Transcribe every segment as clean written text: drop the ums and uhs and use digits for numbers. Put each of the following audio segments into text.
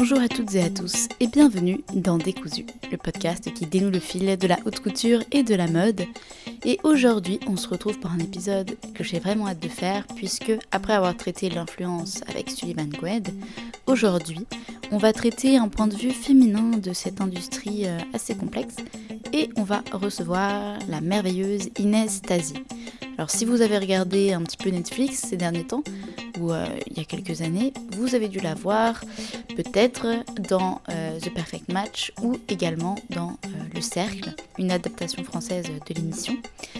Bonjour à toutes et à tous et bienvenue dans Décousu, le podcast qui dénoue le fil de la haute couture et de la mode. Et aujourd'hui, on se retrouve pour un épisode que j'ai vraiment hâte de faire puisque, après avoir traité l'influence avec Sullivan Goued, aujourd'hui, on va traiter un point de vue féminin de cette industrie assez complexe et on va recevoir la merveilleuse Inès Tasi. Alors si vous avez regardé un petit peu Netflix ces derniers temps, ou il y a quelques années, vous avez dû la voir peut-être dans The Perfect Match ou également dans Le Cercle, une adaptation française de l'émission.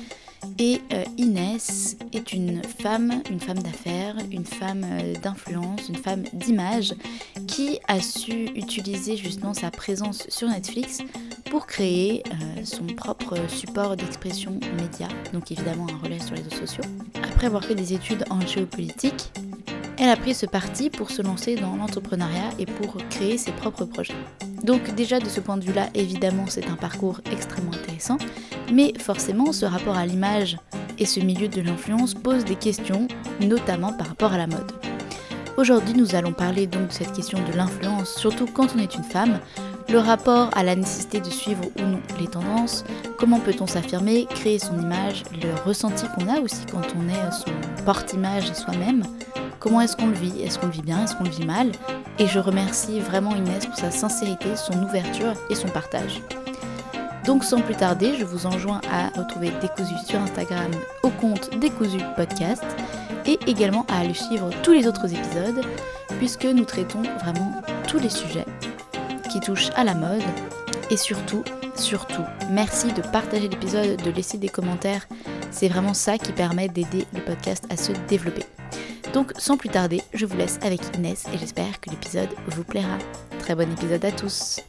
Et Inès est une femme d'affaires, une femme d'influence, une femme d'image qui a su utiliser justement sa présence sur Netflix pour créer son propre support d'expression média, donc évidemment un relais sur les réseaux sociaux. Après avoir fait des études en géopolitique, elle a pris ce parti pour se lancer dans l'entrepreneuriat et pour créer ses propres projets. Donc déjà de ce point de vue-là, évidemment, c'est un parcours extrêmement intéressant, mais forcément, ce rapport à l'image et ce milieu de l'influence pose des questions, notamment par rapport à la mode. Aujourd'hui, nous allons parler donc de cette question de l'influence, surtout quand on est une femme, le rapport à la nécessité de suivre ou non les tendances, comment peut-on s'affirmer, créer son image, le ressenti qu'on a aussi quand on est son porte-image soi-même, comment est-ce qu'on le vit, est-ce qu'on le vit bien, est-ce qu'on le vit mal, et je remercie vraiment Inès pour sa sincérité, son ouverture et son partage. Donc sans plus tarder, je vous enjoins à retrouver Décousu sur Instagram au compte Décousu Podcast et également à aller suivre tous les autres épisodes puisque nous traitons vraiment tous les sujets qui touchent à la mode et surtout, merci de partager l'épisode, de laisser des commentaires, c'est vraiment ça qui permet d'aider le podcast à se développer. Donc sans plus tarder, je vous laisse avec Inès et j'espère que l'épisode vous plaira. Très bon épisode à tous.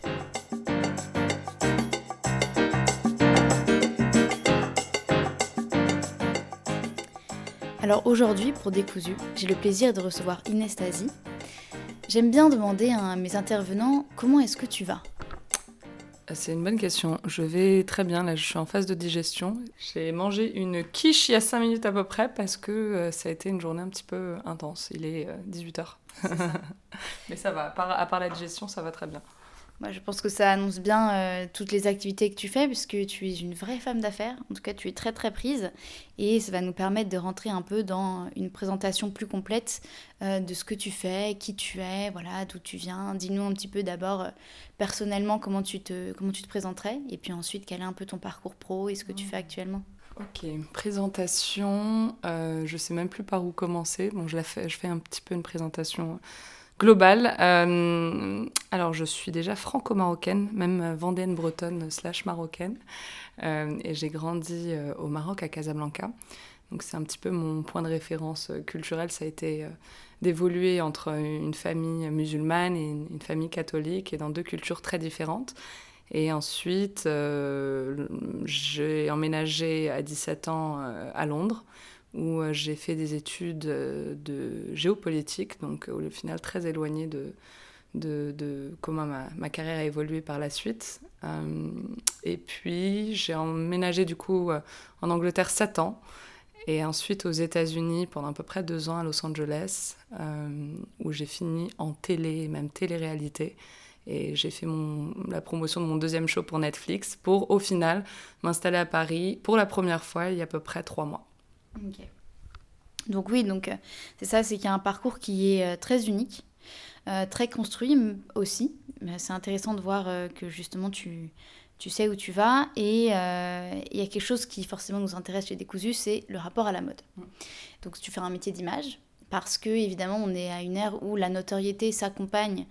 Alors aujourd'hui, pour Décousu, j'ai le plaisir de recevoir Inès Tasi. J'aime bien demander à mes intervenants comment est-ce que tu vas ? C'est une bonne question. Je vais très bien, là je suis en phase de digestion. J'ai mangé une quiche il y a 5 minutes à peu près parce que ça a été une journée un petit peu intense. Il est 18h. Mais ça va, à part la digestion, ça va très bien. Moi, je pense que ça annonce bien toutes les activités que tu fais puisque tu es une vraie femme d'affaires. En tout cas, tu es très très prise et ça va nous permettre de rentrer un peu dans une présentation plus complète de ce que tu fais, qui tu es, voilà, d'où tu viens. Dis-nous un petit peu d'abord personnellement comment tu te présenterais et puis ensuite quel est un peu ton parcours pro et ce que tu fais actuellement. Ok, présentation, je sais même plus par où commencer. Bon, je fais un petit peu une présentation globale. Alors, je suis déjà franco-marocaine, même vendéenne bretonne / marocaine. Et j'ai grandi au Maroc, à Casablanca. Donc, c'est un petit peu mon point de référence culturel. Ça a été d'évoluer entre une famille musulmane et une famille catholique et dans 2 cultures très différentes. Et ensuite, j'ai emménagé à 17 ans à Londres, où j'ai fait des études de géopolitique, donc au final très éloigné de comment ma carrière a évolué par la suite. Et puis j'ai emménagé du coup en Angleterre 7 ans, et ensuite aux États-Unis pendant à peu près 2 ans à Los Angeles, où j'ai fini en même télé-réalité. Et j'ai fait la promotion de mon 2e show pour Netflix pour, au final, m'installer à Paris pour la première fois il y a à peu près 3 mois. Ok. Donc oui, c'est ça, c'est qu'il y a un parcours qui est très unique, très construit aussi. C'est intéressant de voir que justement tu sais où tu vas et il y a quelque chose qui forcément nous intéresse chez Décousu, c'est le rapport à la mode. Donc tu fais un métier d'image parce que évidemment on est à une ère où la notoriété s'accompagne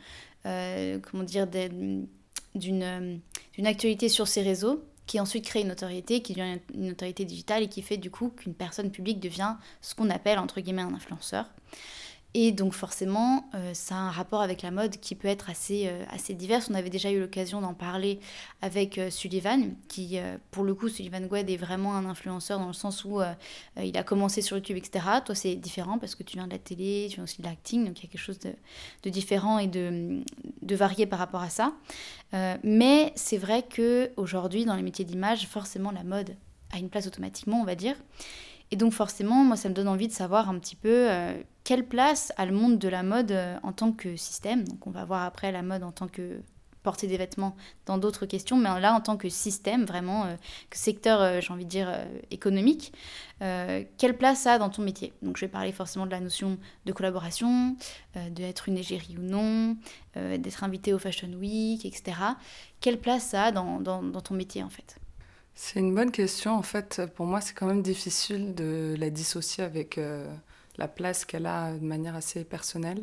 d'une actualité sur ces réseaux qui ensuite crée une notoriété, qui devient une notoriété digitale et qui fait du coup qu'une personne publique devient ce qu'on appelle entre guillemets un influenceur. Et donc forcément, ça a un rapport avec la mode qui peut être assez divers. On avait déjà eu l'occasion d'en parler avec Sullivan, qui pour le coup, Sullivan Goued est vraiment un influenceur dans le sens où il a commencé sur YouTube, etc. Toi, c'est différent parce que tu viens de la télé, tu viens aussi de l'acting, donc il y a quelque chose de différent et de varié par rapport à ça. Mais c'est vrai qu'aujourd'hui, dans les métiers d'image, forcément, la mode a une place automatiquement, on va dire. Et donc forcément, moi, ça me donne envie de savoir un petit peu quelle place a le monde de la mode en tant que système? Donc on va voir après la mode en tant que porter des vêtements dans d'autres questions, mais là en tant que système, vraiment, secteur, j'ai envie de dire, économique, quelle place ça a dans ton métier? Donc je vais parler forcément de la notion de collaboration, d'être une égérie ou non, d'être invité au Fashion Week, etc. Quelle place ça a dans ton métier en fait? C'est une bonne question. En fait, pour moi, c'est quand même difficile de la dissocier avec la place qu'elle a de manière assez personnelle.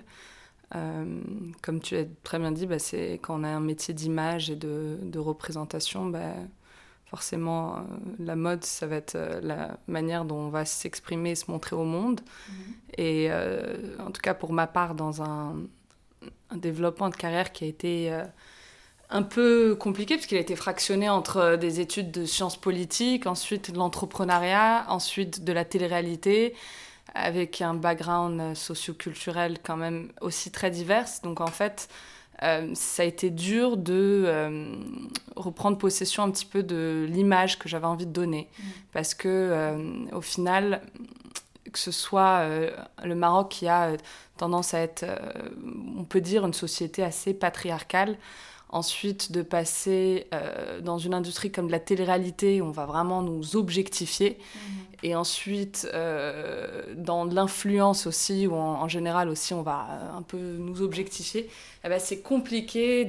Comme tu as très bien dit, c'est quand on a un métier d'image et de représentation, forcément, la mode, ça va être la manière dont on va s'exprimer et se montrer au monde. Et en tout cas, pour ma part, dans un développement de carrière qui a été un peu compliqué, parce qu'il a été fractionné entre des études de sciences politiques, ensuite de l'entrepreneuriat, ensuite de la télé-réalité, avec un background socio-culturel quand même aussi très divers. Donc en fait, ça a été dur de reprendre possession un petit peu de l'image que j'avais envie de donner. Parce que au final, que ce soit le Maroc qui a tendance à être, on peut dire, une société assez patriarcale, ensuite de passer dans une industrie comme de la télé-réalité où on va vraiment nous objectifier, et ensuite dans de l'influence aussi, où en général aussi on va un peu nous objectifier, c'est compliqué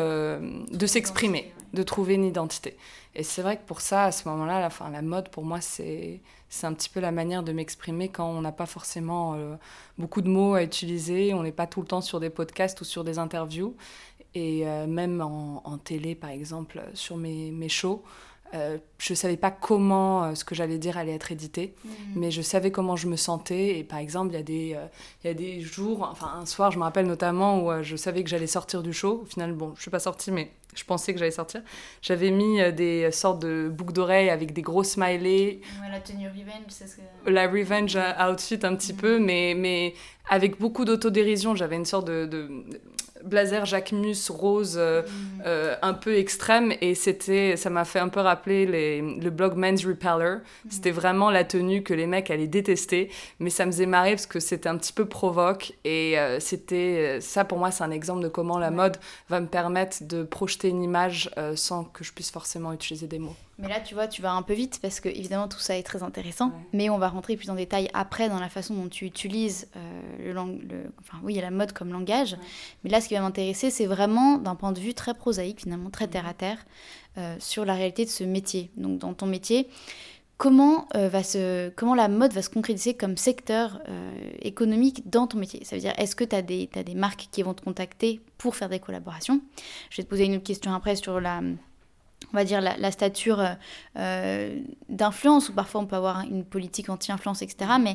de s'exprimer, de trouver une identité. Et c'est vrai que pour ça, à ce moment-là, la mode pour moi c'est un petit peu la manière de m'exprimer quand on n'a pas forcément beaucoup de mots à utiliser, on n'est pas tout le temps sur des podcasts ou sur des interviews. Et même en télé, par exemple, sur mes shows, je ne savais pas comment ce que j'allais dire allait être édité, mais je savais comment je me sentais. Et par exemple, il y a des jours, un soir, je me rappelle notamment où je savais que j'allais sortir du show. Au final, bon, je ne suis pas sortie, mais je pensais que j'allais sortir. J'avais mis des sortes de boucles d'oreilles avec des gros smileys. Ouais, la tenue revenge, c'est ce que... La revenge outfit un petit peu, mais avec beaucoup d'autodérision. J'avais une sorte de blazer Jacquemus rose un peu extrême, et ça m'a fait un peu rappeler le blog Men's Repeller. C'était vraiment la tenue que les mecs allaient détester, mais ça me faisait marrer parce que c'était un petit peu provoque, et ça pour moi c'est un exemple de comment la mode va me permettre de projeter une image sans que je puisse forcément utiliser des mots. Mais là, tu vois, tu vas un peu vite parce que évidemment tout ça est très intéressant, mais on va rentrer plus en détail après dans la façon dont tu utilises la mode comme langage. Mais là, ce qui va m'intéresser, c'est vraiment d'un point de vue très prosaïque, finalement très terre à terre, sur la réalité de ce métier. Donc, dans ton métier, comment la mode va se concrétiser comme secteur économique dans ton métier? Ça veut dire, est-ce que tu as des marques qui vont te contacter pour faire des collaborations? Je vais te poser une autre question après sur on va dire la stature d'influence, où parfois on peut avoir une politique anti-influence, etc. Mais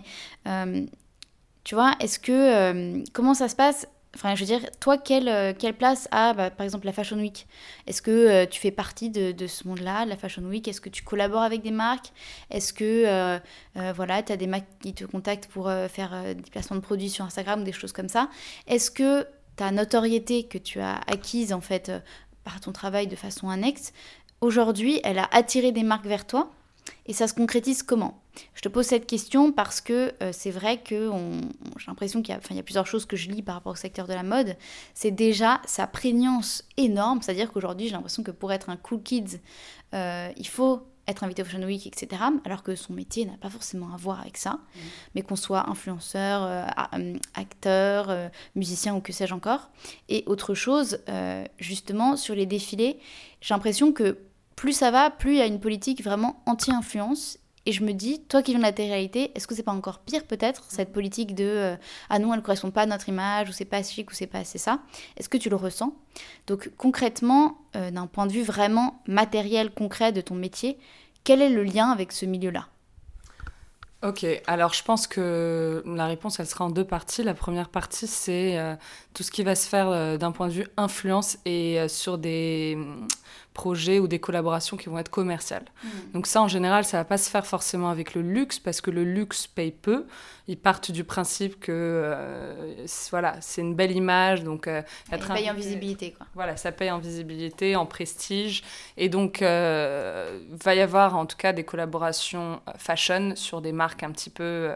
tu vois, comment ça se passe? Enfin, je veux dire, toi, quelle place a, par exemple, la Fashion Week? Est-ce que tu fais partie de ce monde-là, de la Fashion Week? Est-ce que tu collabores avec des marques? Est-ce que tu as des marques qui te contactent pour faire des placements de produits sur Instagram ou des choses comme ça? Est-ce que ta notoriété que tu as acquise, en fait, par ton travail de façon annexe, aujourd'hui, elle a attiré des marques vers toi, et ça se concrétise comment? Je te pose cette question parce que c'est vrai que j'ai l'impression qu'il y a plusieurs choses que je lis par rapport au secteur de la mode. C'est déjà sa prégnance énorme, c'est-à-dire qu'aujourd'hui, j'ai l'impression que pour être un cool kids, il faut être invité au Fashion Week, etc. Alors que son métier n'a pas forcément à voir avec ça. Mais qu'on soit influenceur, acteur, musicien ou que sais-je encore. Et autre chose, justement, sur les défilés, j'ai l'impression que plus ça va, plus il y a une politique vraiment anti-influence. Et je me dis, toi qui viens de la télé-réalité, est-ce que c'est pas encore pire peut-être, cette politique de ah non, elle ne correspond pas à notre image, ou c'est pas chic, ou c'est pas assez ça? Est-ce que tu le ressens? Donc concrètement, d'un point de vue vraiment matériel, concret de ton métier, quel est le lien avec ce milieu-là? Ok, alors je pense que la réponse, elle sera en deux parties. La première partie, c'est tout ce qui va se faire d'un point de vue influence et sur des projets ou des collaborations qui vont être commerciales. Donc ça, en général, ça ne va pas se faire forcément avec le luxe, parce que le luxe paye peu. Ils partent du principe que c'est une belle image. Donc, ça paye en visibilité, quoi. Voilà, ça paye en visibilité, en prestige. Et donc, va y avoir en tout cas des collaborations fashion sur des marques un petit peu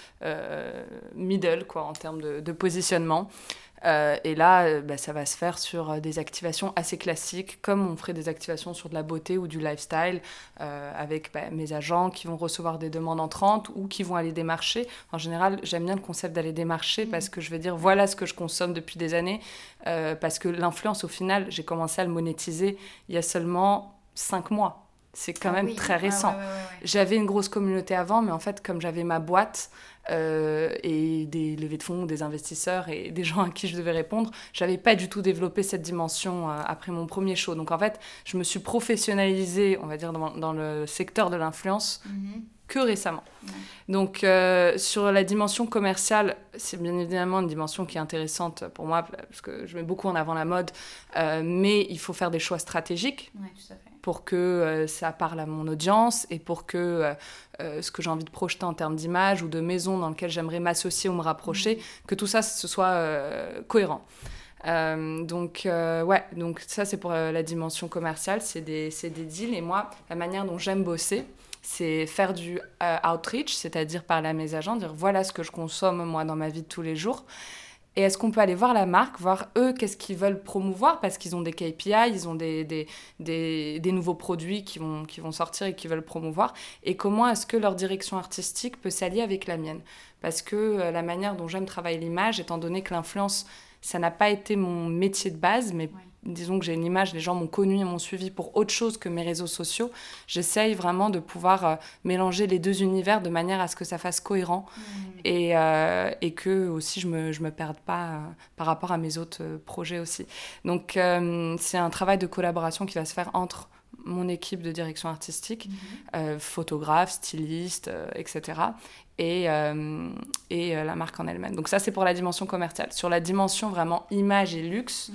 middle, quoi, en termes de positionnement. Et là, ça va se faire sur des activations assez classiques, comme on ferait des activations sur de la beauté ou du lifestyle, avec mes agents qui vont recevoir des demandes entrantes ou qui vont aller démarcher. En général, j'aime bien le concept d'aller démarcher parce que je vais dire, voilà ce que je consomme depuis des années, parce que l'influence, au final, j'ai commencé à le monétiser il y a seulement 5 mois. C'est quand même très récent. Ouais. J'avais une grosse communauté avant, mais en fait, comme j'avais ma boîte et des levées de fonds, des investisseurs et des gens à qui je devais répondre, j'avais pas du tout développé cette dimension après mon premier show. Donc en fait, je me suis professionnalisée, on va dire, dans le secteur de l'influence que récemment. Donc sur la dimension commerciale, c'est bien évidemment une dimension qui est intéressante pour moi, parce que je mets beaucoup en avant la mode, mais il faut faire des choix stratégiques. Ouais, tout à fait. Pour que ça parle à mon audience et pour que ce que j'ai envie de projeter en termes d'image ou de maison dans lequel j'aimerais m'associer ou me rapprocher, que tout ça, ce soit cohérent. Donc ça, c'est pour la dimension commerciale, c'est des deals. Et moi, la manière dont j'aime bosser, c'est faire du outreach, c'est-à-dire parler à mes agents, dire voilà ce que je consomme, moi, dans ma vie de tous les jours. Et est-ce qu'on peut aller voir la marque, voir eux, qu'est-ce qu'ils veulent promouvoir, parce qu'ils ont des KPI, ils ont des nouveaux produits qui vont sortir et qu'ils veulent promouvoir, et comment est-ce que leur direction artistique peut s'allier avec la mienne. Parce que la manière dont j'aime travailler l'image, étant donné que l'influence, ça n'a pas été mon métier de base, mais disons que j'ai une image, les gens m'ont connue et m'ont suivi pour autre chose que mes réseaux sociaux. J'essaye vraiment de pouvoir mélanger les deux univers de manière à ce que ça fasse cohérent et que aussi je me perde pas par rapport à mes autres projets aussi. Donc c'est un travail de collaboration qui va se faire entre mon équipe de direction artistique, photographe, styliste, etc. et la marque en elle-même. Donc ça, c'est pour la dimension commerciale. Sur la dimension vraiment image et luxe,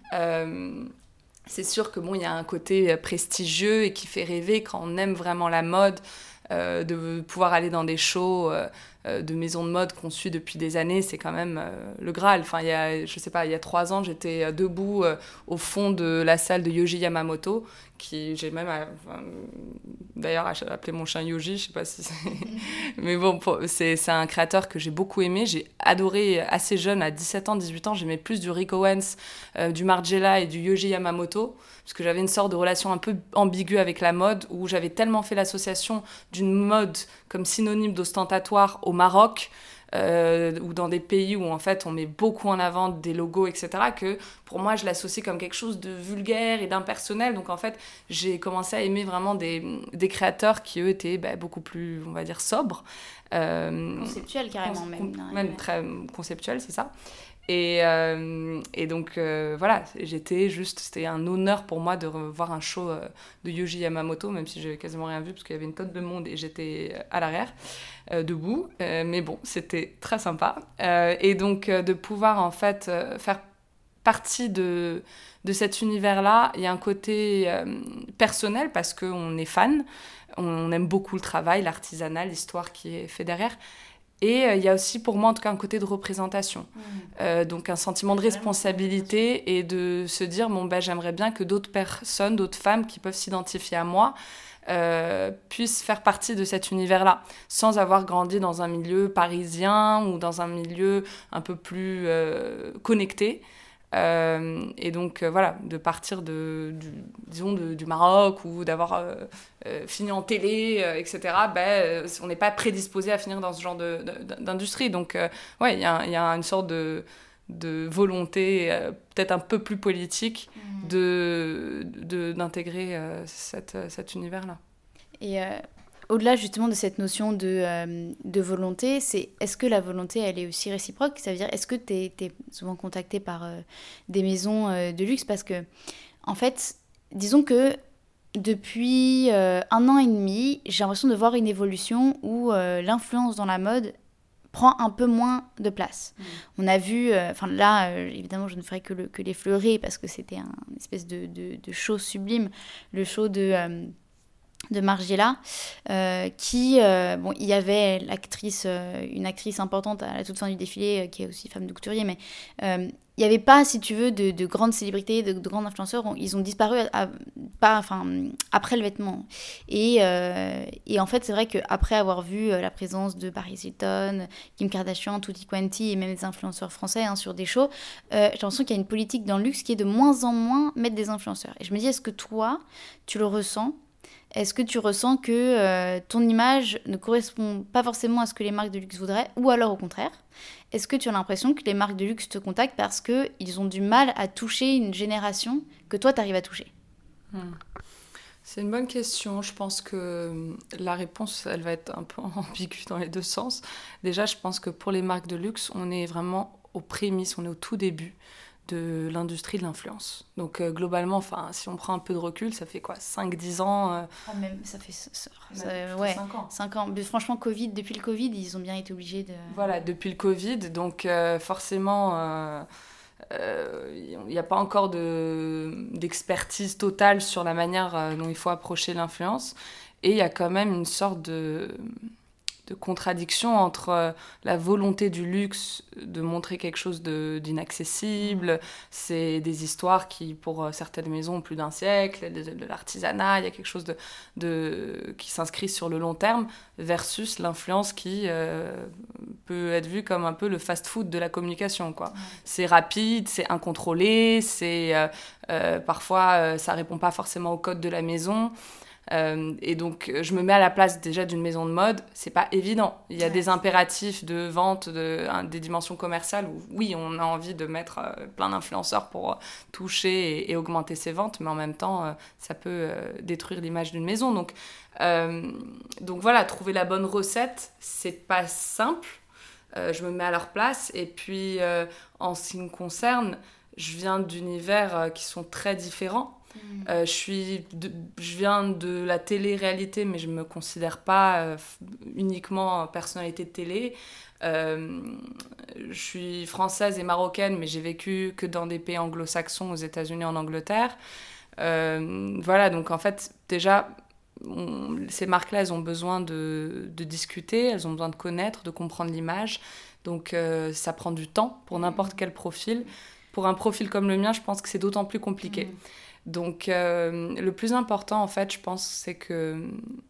c'est sûr que il y a un côté prestigieux et qui fait rêver quand on aime vraiment la mode, de pouvoir aller dans des shows de maisons de mode qu'on suit depuis des années, c'est quand même le Graal. Enfin, il y a 3 ans, j'étais debout au fond de la salle de Yohji Yamamoto, qui j'ai même d'ailleurs appelé mon chien Yohji, je sais pas si c'est... Mais bon, c'est un créateur que j'ai beaucoup aimé. J'ai adoré assez jeune, à 17 ans, 18 ans, j'aimais plus du Rick Owens, du Margiela et du Yohji Yamamoto, parce que j'avais une sorte de relation un peu ambiguë avec la mode, où j'avais tellement fait l'association d'une mode comme synonyme d'ostentatoire au Maroc, ou dans des pays où en fait on met beaucoup en avant des logos, etc., que pour moi je l'associe comme quelque chose de vulgaire et d'impersonnel. Donc en fait j'ai commencé à aimer vraiment des créateurs qui eux étaient beaucoup plus, on va dire, sobres, conceptuels carrément, même très conceptuels, c'est ça. Et donc voilà, c'était un honneur pour moi de revoir un show de Yohji Yamamoto, même si j'avais quasiment rien vu parce qu'il y avait une tonne de monde et j'étais à l'arrière, debout, mais bon, c'était très sympa. Et donc de pouvoir en fait faire partie de cet univers-là, il y a un côté personnel parce qu'on est fan, on aime beaucoup le travail, l'artisanat, l'histoire qui est fait derrière. Et il y a aussi pour moi en tout cas un côté de représentation, donc un sentiment de responsabilité et de se dire j'aimerais bien que d'autres personnes, d'autres femmes qui peuvent s'identifier à moi puissent faire partie de cet univers-là, sans avoir grandi dans un milieu parisien ou dans un milieu un peu plus connecté. Et donc voilà, de partir du Maroc ou d'avoir fini en télé, etc., on n'est pas prédisposé à finir dans ce genre d'industrie. Donc il y a une sorte de volonté peut-être un peu plus politique d'intégrer cet univers-là. Et au-delà justement de cette notion de volonté, est-ce que la volonté elle est aussi réciproque ? Ça veut dire, est-ce que tu es souvent contacté par des maisons de luxe ? Parce que en fait, disons que depuis 1 an et demi, j'ai l'impression de voir une évolution où l'influence dans la mode prend un peu moins de place. On a vu, évidemment, je ne ferai que l'effleurer parce que c'était une espèce de show sublime, le show de Margiela, il y avait une actrice importante à la toute fin du défilé, qui est aussi femme de couturier, mais il n'y avait pas, si tu veux, de grandes célébrités, de grands influenceurs. Ils ont disparu après le vêtement. Et en fait, c'est vrai qu'après avoir vu la présence de Paris Hilton, Kim Kardashian, Tutti Quanti et même des influenceurs français sur des shows, j'ai l'impression qu'il y a une politique dans le luxe qui est de moins en moins mettre des influenceurs. Et je me dis, est-ce que toi, tu le ressens ? Est-ce que tu ressens que ton image ne correspond pas forcément à ce que les marques de luxe voudraient, ou alors au contraire ? Est-ce que tu as l'impression que les marques de luxe te contactent parce qu'ils ont du mal à toucher une génération que toi, tu arrives à toucher ? C'est une bonne question. Je pense que la réponse, elle va être un peu ambiguë dans les deux sens. Déjà, je pense que pour les marques de luxe, on est vraiment aux prémices, on est au tout début de l'industrie de l'influence. Donc globalement, si on prend un peu de recul, ça fait quoi, 5-10 ans Même, ça fait 5 ans. 5 ans. Mais franchement, depuis le Covid, ils ont bien été obligés de... Voilà, depuis le Covid, donc forcément, il n'y a pas encore d'expertise totale sur la manière dont il faut approcher l'influence. Et il y a quand même une sorte de contradiction entre la volonté du luxe de montrer quelque chose d'inaccessible. C'est des histoires qui, pour certaines maisons, ont plus d'un siècle, de l'artisanat, il y a quelque chose qui s'inscrit sur le long terme, versus l'influence qui peut être vue comme un peu le fast-food de la communication, quoi. C'est rapide, c'est incontrôlé, parfois ça répond pas forcément au code de la maison. Et donc je me mets à la place déjà d'une maison de mode, c'est pas évident. Il y a des impératifs de vente, des dimensions commerciales où oui, on a envie de mettre plein d'influenceurs pour toucher et augmenter ses ventes, mais en même temps ça peut détruire l'image d'une maison. Donc voilà, trouver la bonne recette, c'est pas simple. Je me mets à leur place. Et puis en ce qui me concerne, je viens d'univers qui sont très différents. Je viens de la télé-réalité, mais je ne me considère pas uniquement personnalité de télé. Je suis française et marocaine, mais j'ai vécu que dans des pays anglo-saxons, aux États-Unis, en Angleterre. Voilà, donc en fait, déjà, ces marques-là, elles ont besoin de discuter, elles ont besoin de connaître, de comprendre l'image. Donc ça prend du temps pour n'importe quel profil. Pour un profil comme le mien, je pense que c'est d'autant plus compliqué. Donc, le plus important, en fait, je pense, c'est que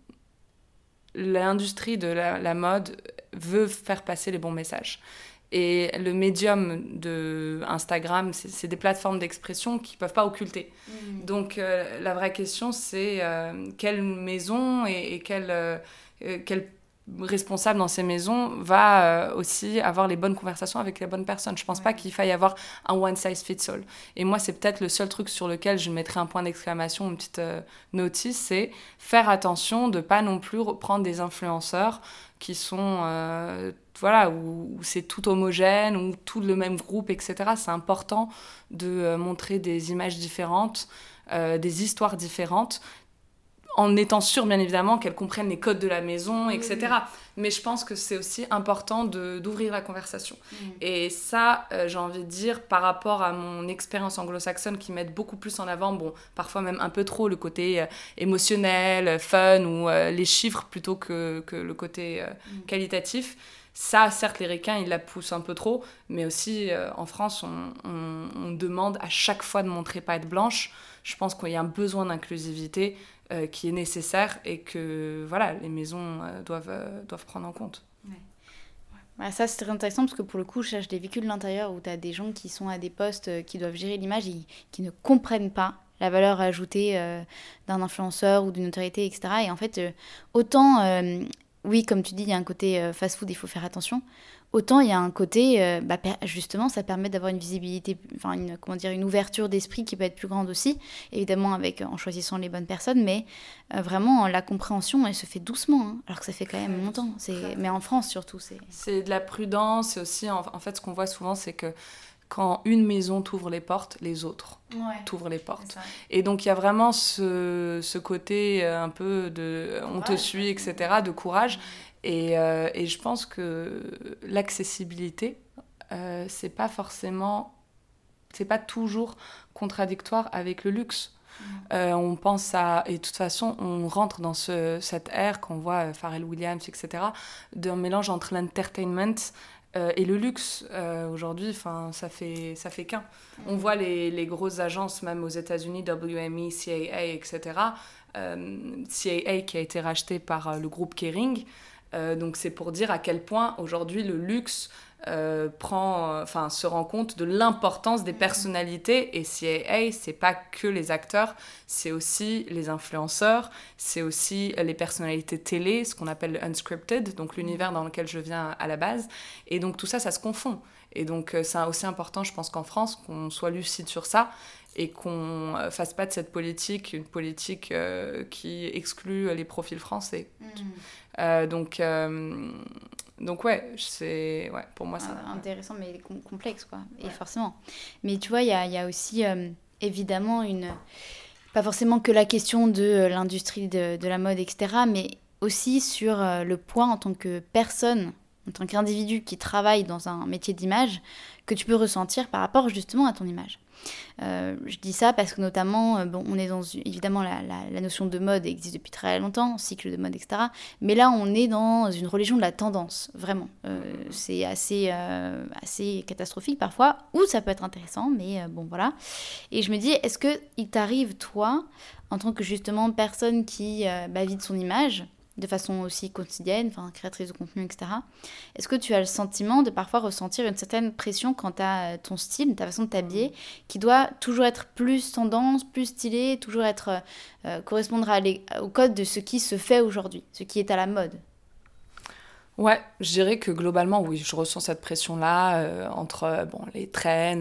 l'industrie de la mode veut faire passer les bons messages. Et le médium de Instagram, c'est des plateformes d'expression qui ne peuvent pas occulter. Donc, la vraie question, c'est quelle maison et quel responsable dans ces maisons va aussi avoir les bonnes conversations avec les bonnes personnes. Je pense pas qu'il faille avoir un one size fits all. Et moi, c'est peut-être le seul truc sur lequel je mettrais un point d'exclamation, une petite notice, c'est faire attention de pas non plus prendre des influenceurs qui sont où c'est tout homogène, ou tout le même groupe, etc. C'est important de montrer des images différentes, des histoires différentes, en étant sûr, bien évidemment, qu'elles comprennent les codes de la maison, etc. Mais je pense que c'est aussi important d'ouvrir la conversation. Et ça, j'ai envie de dire, par rapport à mon expérience anglo-saxonne qui met beaucoup plus en avant, parfois même un peu trop, le côté émotionnel, fun, ou les chiffres plutôt que le côté qualitatif. Ça, certes, les requins, ils la poussent un peu trop, mais aussi, en France, on demande à chaque fois de montrer patte blanche. Je pense qu'il y a un besoin d'inclusivité qui est nécessaire et que voilà, les maisons doivent prendre en compte. Ça, c'est très intéressant parce que pour le coup, je l'ai vécu de l'intérieur où tu as des gens qui sont à des postes qui doivent gérer l'image et qui ne comprennent pas la valeur ajoutée d'un influenceur ou d'une autorité, etc. Et en fait, autant, oui, comme tu dis, il y a un côté fast-food, il faut faire attention. Autant il y a un côté, justement, ça permet d'avoir une visibilité, une ouverture d'esprit qui peut être plus grande aussi, évidemment en choisissant les bonnes personnes, mais vraiment la compréhension, elle se fait doucement, alors que ça fait quand même longtemps. Mais en France surtout, c'est de la prudence, et aussi, en fait, ce qu'on voit souvent, c'est que quand une maison t'ouvre les portes, les autres t'ouvrent les portes. Et donc il y a vraiment ce côté un peu de on te suit, etc., de courage. Et je pense que l'accessibilité, c'est pas toujours contradictoire avec le luxe. On pense et de toute façon, on rentre dans cette ère qu'on voit Pharrell Williams, etc., d'un mélange entre l'entertainment et le luxe. Aujourd'hui, ça fait qu'un. On voit les grosses agences, même aux États-Unis, WME, CAA, etc., CAA qui a été racheté par le groupe Kering. Donc c'est pour dire à quel point aujourd'hui le luxe se rend compte de l'importance des personnalités. Et CAA, c'est pas que les acteurs, c'est aussi les influenceurs, c'est aussi les personnalités télé, ce qu'on appelle le unscripted, donc l'univers dans lequel je viens à la base. Et donc tout ça, ça se confond. Et donc c'est aussi important, je pense qu'en France, qu'on soit lucide sur ça et qu'on fasse pas de cette politique une politique qui exclut les profils français. Donc ouais, pour moi ça... Intéressant, mais complexe, quoi. Et forcément. Mais tu vois, il y a aussi, évidemment, pas forcément que la question de l'industrie de la mode, etc., mais aussi sur le point en tant que personne, en tant qu'individu qui travaille dans un métier d'image, que tu peux ressentir par rapport justement à ton image. Je dis ça parce que notamment, on est évidemment la notion de mode existe depuis très longtemps, cycle de mode, etc. Mais là, on est dans une religion de la tendance, vraiment. C'est assez catastrophique parfois, ou ça peut être intéressant, mais voilà. Et je me dis, est-ce qu'il t'arrive, toi, en tant que justement personne qui vit de son image, de façon aussi quotidienne, créatrice de contenu, etc. Est-ce que tu as le sentiment de parfois ressentir une certaine pression quant à ton style, ta façon de t'habiller, qui doit toujours être plus tendance, plus stylé, toujours correspondre au code de ce qui se fait aujourd'hui, ce qui est à la mode? Ouais, je dirais que globalement, oui, je ressens cette pression-là entre les trends,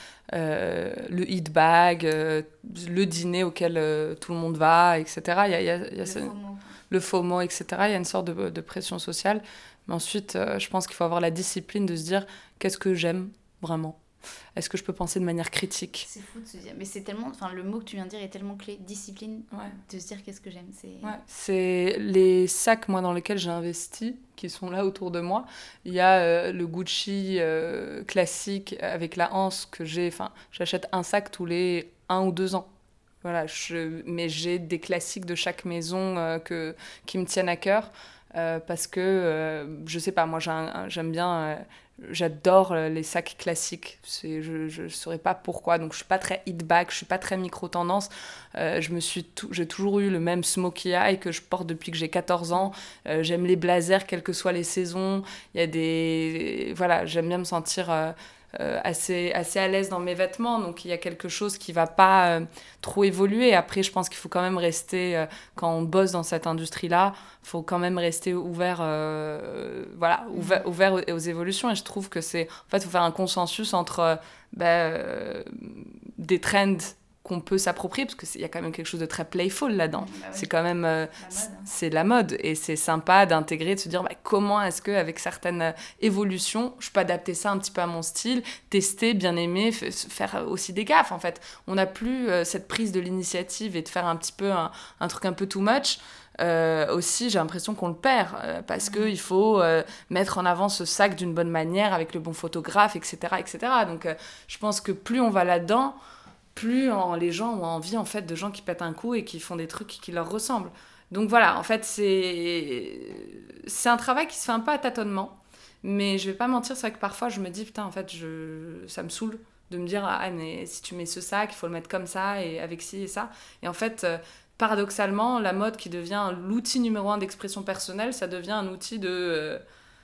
le hit bag, le dîner auquel tout le monde va, etc. Il y a le FOMO, etc. Il y a une sorte de pression sociale. Mais ensuite, je pense qu'il faut avoir la discipline de se dire qu'est-ce que j'aime vraiment. Est-ce que je peux penser de manière critique? C'est fou de se dire, mais c'est tellement, le mot que tu viens de dire est tellement clé, discipline, de se dire qu'est-ce que j'aime. C'est les sacs, moi, dans lesquels j'ai investi, qui sont là autour de moi. Il y a le Gucci classique avec la anse que j'achète un sac tous les 1 ou 2 ans. Voilà, mais j'ai des classiques de chaque maison qui me tiennent à cœur parce que, je sais pas, moi j'aime bien, j'adore les sacs classiques. Je saurais pas pourquoi, donc je suis pas très hit bag, je suis pas très micro-tendance. J'ai toujours eu le même smokey eye que je porte depuis que j'ai 14 ans. J'aime les blazers, quelles que soient les saisons. Il y a voilà, j'aime bien me sentir... assez à l'aise dans mes vêtements, donc il y a quelque chose qui va pas trop évoluer. Après, je pense qu'il faut quand même rester, quand on bosse dans cette industrie-là, il faut quand même rester ouvert aux évolutions. Et je trouve que il faut faire un consensus entre des trends qu'on peut s'approprier, parce qu'il y a quand même quelque chose de très playful là-dedans. C'est quand même... c'est la mode, et c'est sympa d'intégrer, de se dire comment est-ce qu'avec certaines évolutions, je peux adapter ça un petit peu à mon style, tester, bien aimer, faire aussi des gaffes, en fait. On n'a plus cette prise de l'initiative et de faire un petit peu un truc un peu too much. Aussi, j'ai l'impression qu'on le perd parce qu'il faut mettre en avant ce sac d'une bonne manière, avec le bon photographe, etc. etc. Donc, je pense que plus on va là-dedans, plus les gens ont envie en fait de gens qui pètent un coup et qui font des trucs qui leur ressemblent. Donc voilà, en fait c'est un travail qui se fait un peu à tâtonnement, mais je vais pas mentir, c'est vrai que parfois je me dis putain en fait ça me saoule de me dire mais si tu mets ce sac, il faut le mettre comme ça et avec ci et ça. Et en fait paradoxalement, la mode qui devient l'outil numéro 1 d'expression personnelle, ça devient un outil de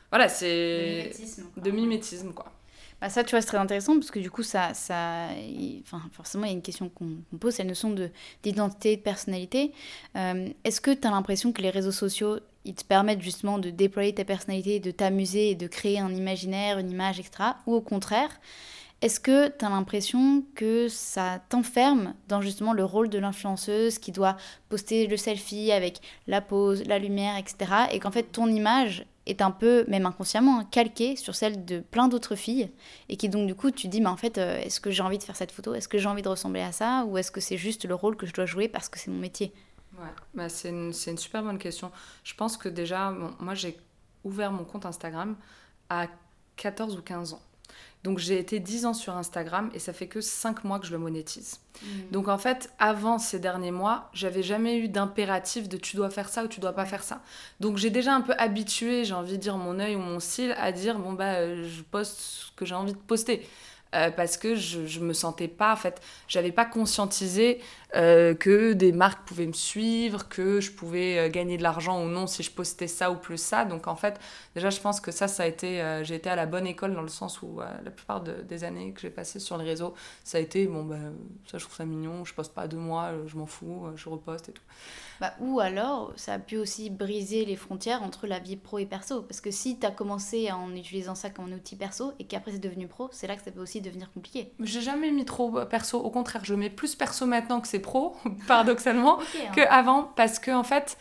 mimétisme quoi. Ça, tu vois, c'est très intéressant parce que du coup, forcément, il y a une question qu'on pose, c'est la notion d'identité, de personnalité. Est-ce que tu as l'impression que les réseaux sociaux, ils te permettent justement de déployer ta personnalité, de t'amuser et de créer un imaginaire, une image, etc. Ou au contraire, est-ce que tu as l'impression que ça t'enferme dans justement le rôle de l'influenceuse qui doit poster le selfie avec la pose, la lumière, etc. et qu'en fait, ton image est un peu, même inconsciemment, calquée sur celle de plein d'autres filles, et qui donc du coup tu te dis, mais en fait, est-ce que j'ai envie de faire cette photo? Est-ce que j'ai envie de ressembler à ça? Ou est-ce que c'est juste le rôle que je dois jouer parce que c'est mon métier? Ouais, bah c'est une super bonne question. Je pense que déjà, bon, moi j'ai ouvert mon compte Instagram à 14 ou 15 ans. Donc j'ai été 10 ans sur Instagram et ça fait que 5 mois que je le monétise. Donc en fait, avant ces derniers mois, j'avais jamais eu d'impératif de tu dois faire ça ou tu dois pas faire ça. Donc j'ai déjà un peu habitué, j'ai envie de dire, mon œil ou mon style à dire bon bah je poste ce que j'ai envie de poster. Parce que je me sentais pas, en fait, j'avais pas conscientisé que des marques pouvaient me suivre, que je pouvais gagner de l'argent ou non si je postais ça ou plus ça. Donc en fait, déjà je pense que ça a été, j'ai été à la bonne école dans le sens où la plupart des années que j'ai passées sur les réseaux, ça a été, bon bah ça je trouve ça mignon, je poste pas 2 mois, je m'en fous, je reposte et tout. Bah, ou alors, ça a pu aussi briser les frontières entre la vie pro et perso. Parce que si tu as commencé en utilisant ça comme un outil perso et qu'après c'est devenu pro, c'est là que ça peut aussi devenir compliqué. J'ai jamais mis trop perso, au contraire, je mets plus perso maintenant que c'est pro, paradoxalement, Okay, hein. qu'avant, parce que en fait,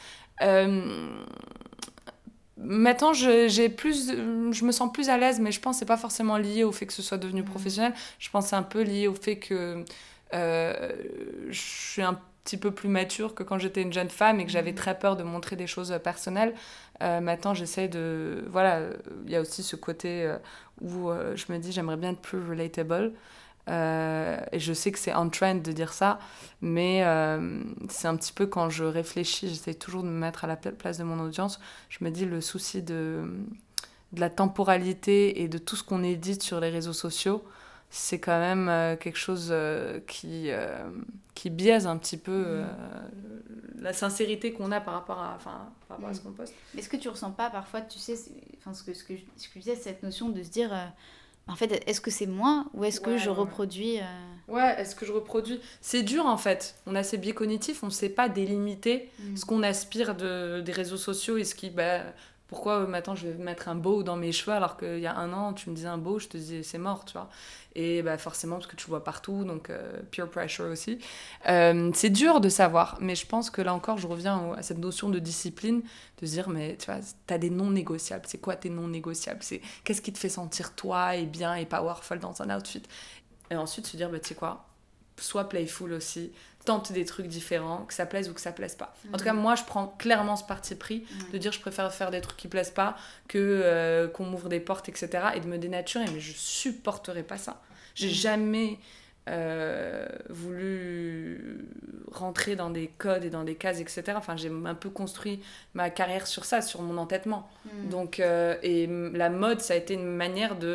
maintenant je me sens plus à l'aise, mais je pense que c'est pas forcément lié au fait que ce soit devenu professionnel. Je pense que c'est un peu lié au fait que je suis un petit peu plus mature que quand j'étais une jeune femme et que j'avais très peur de montrer des choses personnelles. Maintenant, j'essaie de... Voilà, il y a aussi ce côté où je me dis j'aimerais bien être plus relatable. Et je sais que c'est on trend de dire ça, mais c'est un petit peu quand je réfléchis, j'essaie toujours de me mettre à la place de mon audience. Je me dis le souci de la temporalité et de tout ce qu'on édite sur les réseaux sociaux, c'est quand même quelque chose qui biaise un petit peu la sincérité qu'on a par rapport à ce qu'on poste. Mais est-ce que tu ressens pas parfois, tu sais, ce que je disais, cette notion de se dire, en fait, est-ce que c'est moi ou est-ce que je reproduis Ouais, est-ce que je reproduis? C'est dur en fait. On a ces biais cognitifs, on ne sait pas délimiter ce qu'on aspire des réseaux sociaux et ce qui... pourquoi maintenant je vais mettre un bow dans mes cheveux alors qu'il y a 1 an tu me disais un bow, je te disais c'est mort, tu vois. Et forcément parce que tu le vois partout, donc peer pressure aussi. C'est dur de savoir, mais je pense que là encore je reviens à cette notion de discipline, de se dire mais tu vois, t'as des non négociables. C'est quoi tes non négociables? C'est qu'est-ce qui te fait sentir toi et bien et powerful dans un outfit? Et ensuite se dire tu sais quoi, sois playful aussi, tente des trucs différents, que ça plaise ou que ça plaise pas. En tout cas, moi, je prends clairement ce parti pris de dire je préfère faire des trucs qui plaisent pas que qu'on m'ouvre des portes, etc. et de me dénaturer, mais je supporterai pas ça. J'ai jamais voulu rentrer dans des codes et dans des cases, etc. Enfin, j'ai un peu construit ma carrière sur ça, sur mon entêtement. Donc, et la mode, ça a été une manière de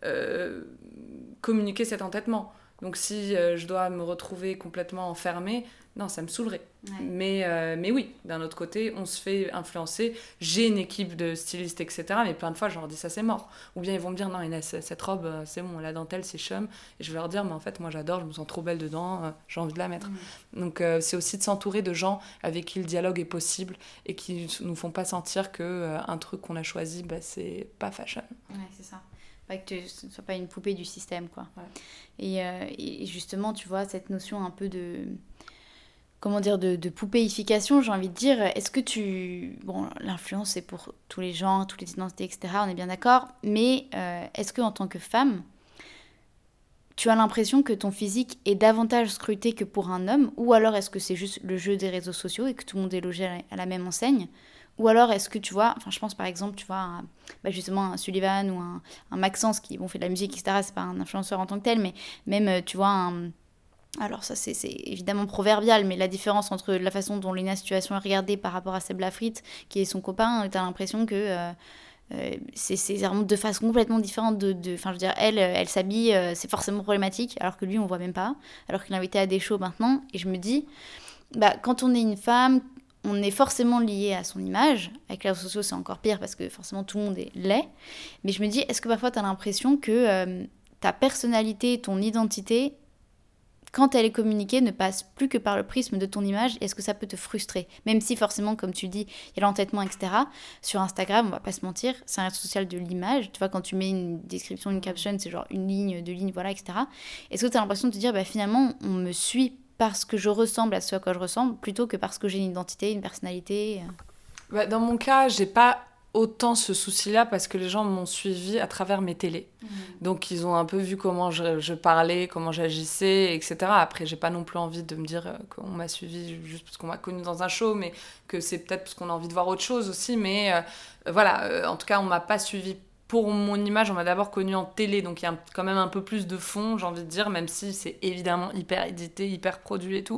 communiquer cet entêtement. Donc si je dois me retrouver complètement enfermée, non, ça me saoulerait. Ouais. Mais oui, d'un autre côté, on se fait influencer. J'ai une équipe de stylistes, etc. Mais plein de fois, je leur dis ça, c'est mort. Ou bien ils vont me dire, non, Inès, cette robe, c'est bon, la dentelle, c'est chum. Et je vais leur dire, mais en fait, moi, j'adore, je me sens trop belle dedans, j'ai envie de la mettre. Donc c'est aussi de s'entourer de gens avec qui le dialogue est possible et qui nous font pas sentir qu'un truc qu'on a choisi, c'est pas fashion. Ouais, c'est ça. Pas que ce ne soit pas une poupée du système, quoi. Ouais. Et justement, tu vois, cette notion un peu de... Comment dire, de poupéification, j'ai envie de dire. Est-ce que tu... Bon, l'influence, c'est pour tous les genres, toutes les identités, etc. On est bien d'accord. Mais est-ce qu'en tant que femme, tu as l'impression que ton physique est davantage scruté que pour un homme? Ou alors est-ce que c'est juste le jeu des réseaux sociaux et que tout le monde est logé à la même enseigne? Ou alors, est-ce que tu vois, enfin, je pense par exemple, tu vois, justement, un Sullivan ou un Maxence qui fait de la musique, etc. C'est pas un influenceur en tant que tel, mais même, tu vois, alors ça, c'est évidemment proverbial, mais la différence entre la façon dont Lena Situation est regardée par rapport à Seb Lafrite, qui est son copain, t'as l'impression que c'est vraiment de façon complètement différente. Enfin, je veux dire, elle s'habille, c'est forcément problématique, alors que lui, on voit même pas, alors qu'il est invité à des shows maintenant. Et je me dis, quand on est une femme, on est forcément lié à son image. Avec les réseaux sociaux, c'est encore pire parce que forcément tout le monde est laid. Mais je me dis, est-ce que parfois tu as l'impression que ta personnalité, ton identité, quand elle est communiquée, ne passe plus que par le prisme de ton image? Est-ce que ça peut te frustrer? Même si forcément, comme tu dis, il y a l'entêtement, etc. Sur Instagram, on va pas se mentir, c'est un réseau social de l'image. Tu vois, quand tu mets une description, une caption, c'est genre une ligne, 2 lignes, voilà, etc. Est-ce que tu as l'impression de te dire, finalement, on me suit parce que je ressemble à ce à quoi je ressemble, plutôt que parce que j'ai une identité, une personnalité? Dans mon cas, j'ai pas autant ce souci-là parce que les gens m'ont suivi à travers mes télés. Donc, ils ont un peu vu comment je parlais, comment j'agissais, etc. Après, j'ai pas non plus envie de me dire qu'on m'a suivi juste parce qu'on m'a connue dans un show, mais que c'est peut-être parce qu'on a envie de voir autre chose aussi. Mais voilà, en tout cas, on m'a pas suivi pour mon image. On m'a d'abord connue en télé, donc il y a quand même un peu plus de fond, j'ai envie de dire, même si c'est évidemment hyper édité, hyper produit et tout.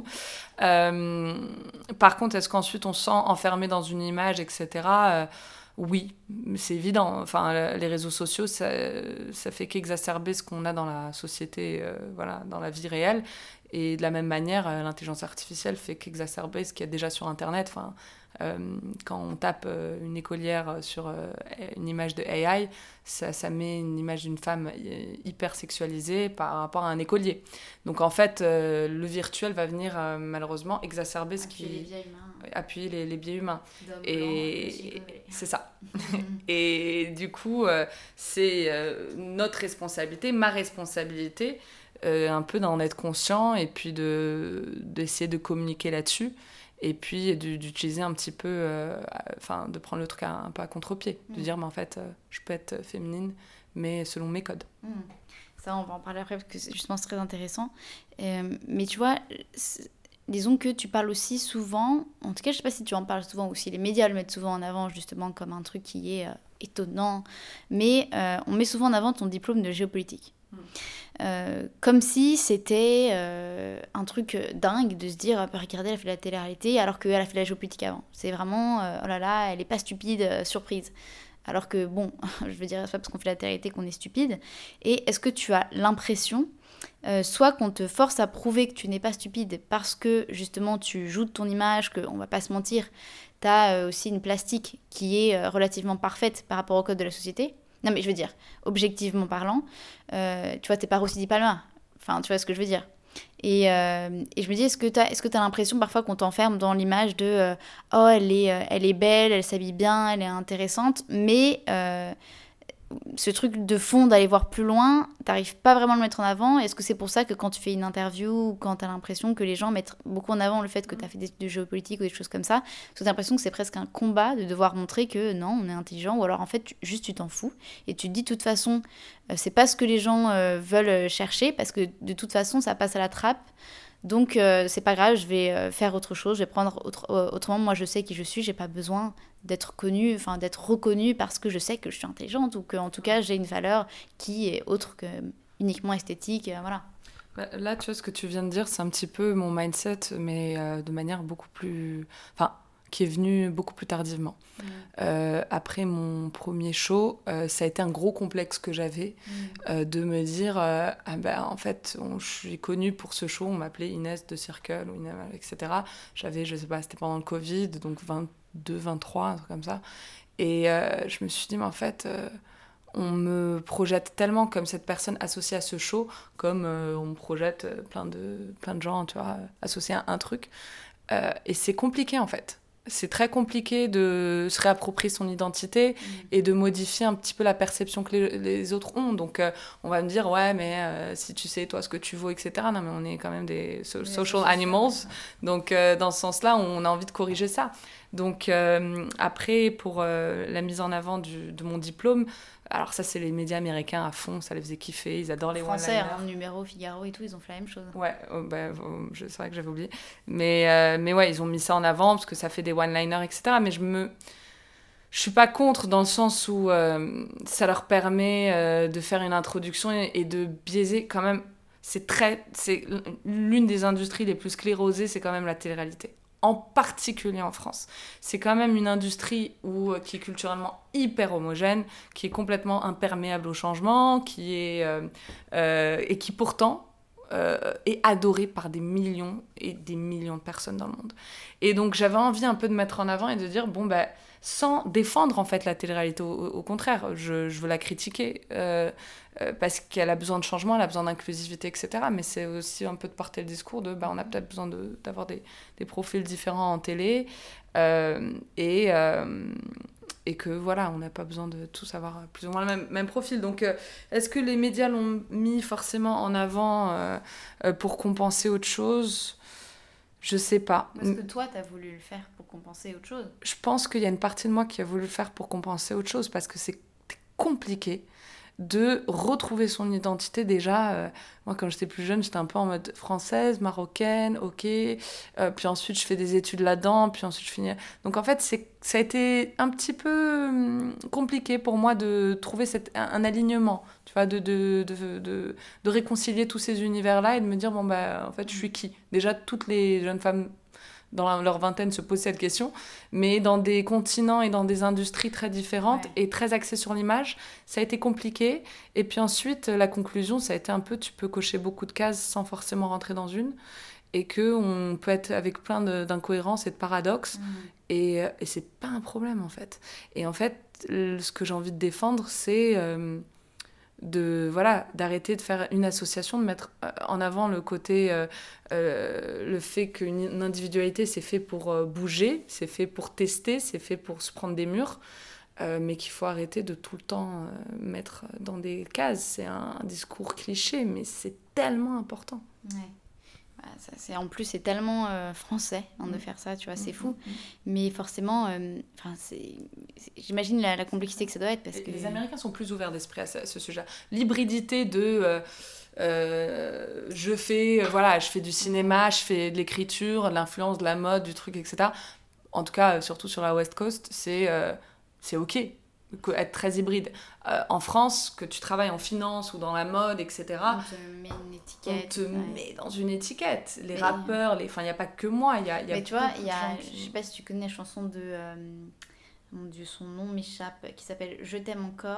Par contre, est-ce qu'ensuite on se sent enfermé dans une image, etc. Oui, c'est évident. Enfin, les réseaux sociaux, ça fait qu'exacerber ce qu'on a dans la société, voilà, dans la vie réelle. Et de la même manière, l'intelligence artificielle fait qu'exacerber ce qu'il y a déjà sur Internet. Enfin, quand on tape une écolière sur une image de AI, ça met une image d'une femme hyper sexualisée par rapport à un écolier. Donc en fait, le virtuel va venir malheureusement exacerber ce qui... Appuyer les biais humains. Et c'est ça. Et du coup, c'est notre responsabilité, ma responsabilité, un peu d'en être conscient et puis d'essayer de communiquer là-dessus. Et puis d'utiliser un petit peu, de prendre le truc un peu à contre-pied, de dire, mais en fait, je peux être féminine, mais selon mes codes. Ça, on va en parler après, parce que justement, c'est très intéressant. Mais tu vois, disons que tu parles aussi souvent, en tout cas, je sais pas si tu en parles souvent ou si les médias le mettent souvent en avant, justement, comme un truc qui est étonnant, mais on met souvent en avant ton diplôme de géopolitique. Comme si c'était un truc dingue de se dire regardez, elle a fait la télé-réalité alors qu'elle a fait la géopolitique avant. C'est vraiment oh là là, elle est pas stupide, surprise. Alors que bon, je veux dire, c'est pas parce qu'on fait la télé-réalité qu'on est stupide. Et est-ce que tu as l'impression soit qu'on te force à prouver que tu n'es pas stupide parce que justement tu joues de ton image, qu'on va pas se mentir, t'as aussi une plastique qui est relativement parfaite par rapport au code de la société. Non, mais je veux dire, objectivement parlant, tu vois, t'es pas Rossi Di Palma. Enfin, tu vois ce que je veux dire. Et je me dis, est-ce que t'as l'impression parfois qu'on t'enferme dans l'image de oh, elle est belle, elle s'habille bien, elle est intéressante, mais ce truc de fond d'aller voir plus loin, t'arrives pas vraiment à le mettre en avant. Est-ce que c'est pour ça que quand tu fais une interview ou quand t'as l'impression que les gens mettent beaucoup en avant le fait que t'as fait de géopolitique ou des choses comme ça, parce que t'as l'impression que c'est presque un combat de devoir montrer que non, on est intelligent, ou alors en fait juste tu t'en fous et tu te dis de toute façon c'est pas ce que les gens veulent chercher, parce que de toute façon ça passe à la trappe. Donc c'est pas grave, je vais faire autre chose, je vais prendre autrement. Moi je sais qui je suis, j'ai pas besoin d'être connue, enfin d'être reconnue parce que je sais que je suis intelligente ou que en tout cas j'ai une valeur qui est autre que uniquement esthétique, voilà. Là, tu vois, ce que tu viens de dire, c'est un petit peu mon mindset, mais de manière beaucoup plus... Enfin, qui est venu beaucoup plus tardivement. Après mon premier show, ça a été un gros complexe que j'avais de me dire en fait, je suis connue pour ce show, on m'appelait Inès de Circle, ou Inès, etc. J'avais, je sais pas, c'était pendant le Covid, donc 22, 23, un truc comme ça. Et je me suis dit, mais en fait... on me projette tellement comme cette personne associée à ce show, comme on me projette plein de gens, tu vois, associés à un truc. Et c'est compliqué, en fait. C'est très compliqué de se réapproprier son identité et de modifier un petit peu la perception que les autres ont. Donc, on va me dire, ouais, mais si tu sais, toi, ce que tu vaux, etc. Non, mais on est quand même des social animals. Donc, dans ce sens-là, on a envie de corriger ça. Donc, après, pour la mise en avant de mon diplôme, alors ça, c'est les médias américains à fond, ça les faisait kiffer, ils adorent les Français, Numéro, Figaro et tout, ils ont fait la même chose. Ouais, c'est vrai que j'avais oublié. Mais ouais, ils ont mis ça en avant parce que ça fait des one-liners, etc. Mais je suis pas contre dans le sens où ça leur permet de faire une introduction et de biaiser quand même. C'est l'une des industries les plus sclérosées, c'est quand même la télé-réalité. En particulier en France. C'est quand même une industrie qui est culturellement hyper homogène, qui est complètement imperméable au changement, et qui pourtant est adorée par des millions et des millions de personnes dans le monde. Et donc j'avais envie un peu de mettre en avant et de dire, sans défendre en fait la télé-réalité, au contraire, je veux la critiquer parce qu'elle a besoin de changement, elle a besoin d'inclusivité, etc. Mais c'est aussi un peu de porter le discours de on a peut-être besoin d'avoir des profils différents en télé et que voilà, on n'a pas besoin de tous avoir plus ou moins le même profil. Donc est-ce que les médias l'ont mis forcément en avant pour compenser autre chose ? Je sais pas. Est-ce que toi, t'as voulu le faire pour compenser autre chose? Je pense qu'il y a une partie de moi qui a voulu le faire pour compenser autre chose, parce que c'est compliqué de retrouver son identité. Déjà, moi quand j'étais plus jeune, j'étais un peu en mode française, marocaine, ok, puis ensuite je fais des études là-dedans, puis ensuite je finis... Donc en fait, ça a été un petit peu compliqué pour moi de trouver un alignement, tu vois, de réconcilier tous ces univers-là et de me dire, bon bah en fait je suis qui? Déjà, toutes les jeunes femmes dans leur vingtaine se posent cette question, mais dans des continents et dans des industries très différentes et très axées sur l'image, ça a été compliqué. Et puis ensuite, la conclusion, ça a été un peu, tu peux cocher beaucoup de cases sans forcément rentrer dans une, et qu'on peut être avec plein d'incohérences et de paradoxes, et c'est pas un problème en fait. Et en fait, ce que j'ai envie de défendre, c'est... d'arrêter de faire une association, de mettre en avant le côté, le fait qu'une individualité, c'est fait pour bouger, c'est fait pour tester, c'est fait pour se prendre des murs, mais qu'il faut arrêter de tout le temps mettre dans des cases. C'est un discours cliché, mais c'est tellement important. Ouais. En plus, c'est tellement français de faire ça, tu vois, c'est fou. Mais forcément, j'imagine la complexité que ça doit être. Parce que les Américains sont plus ouverts d'esprit à ce sujet. L'hybridité de... je fais du cinéma, je fais de l'écriture, de l'influence, de la mode, du truc, etc. En tout cas, surtout sur la West Coast, c'est OK. Être très hybride. En France, que tu travailles en finance ou dans la mode, etc., on te met une étiquette. On te met dans une étiquette. Les rappeurs, il n'y a pas que moi. Mais tu vois, je sais pas si tu connais la chanson de... mon Dieu, son nom m'échappe, qui s'appelle « Je t'aime encore »,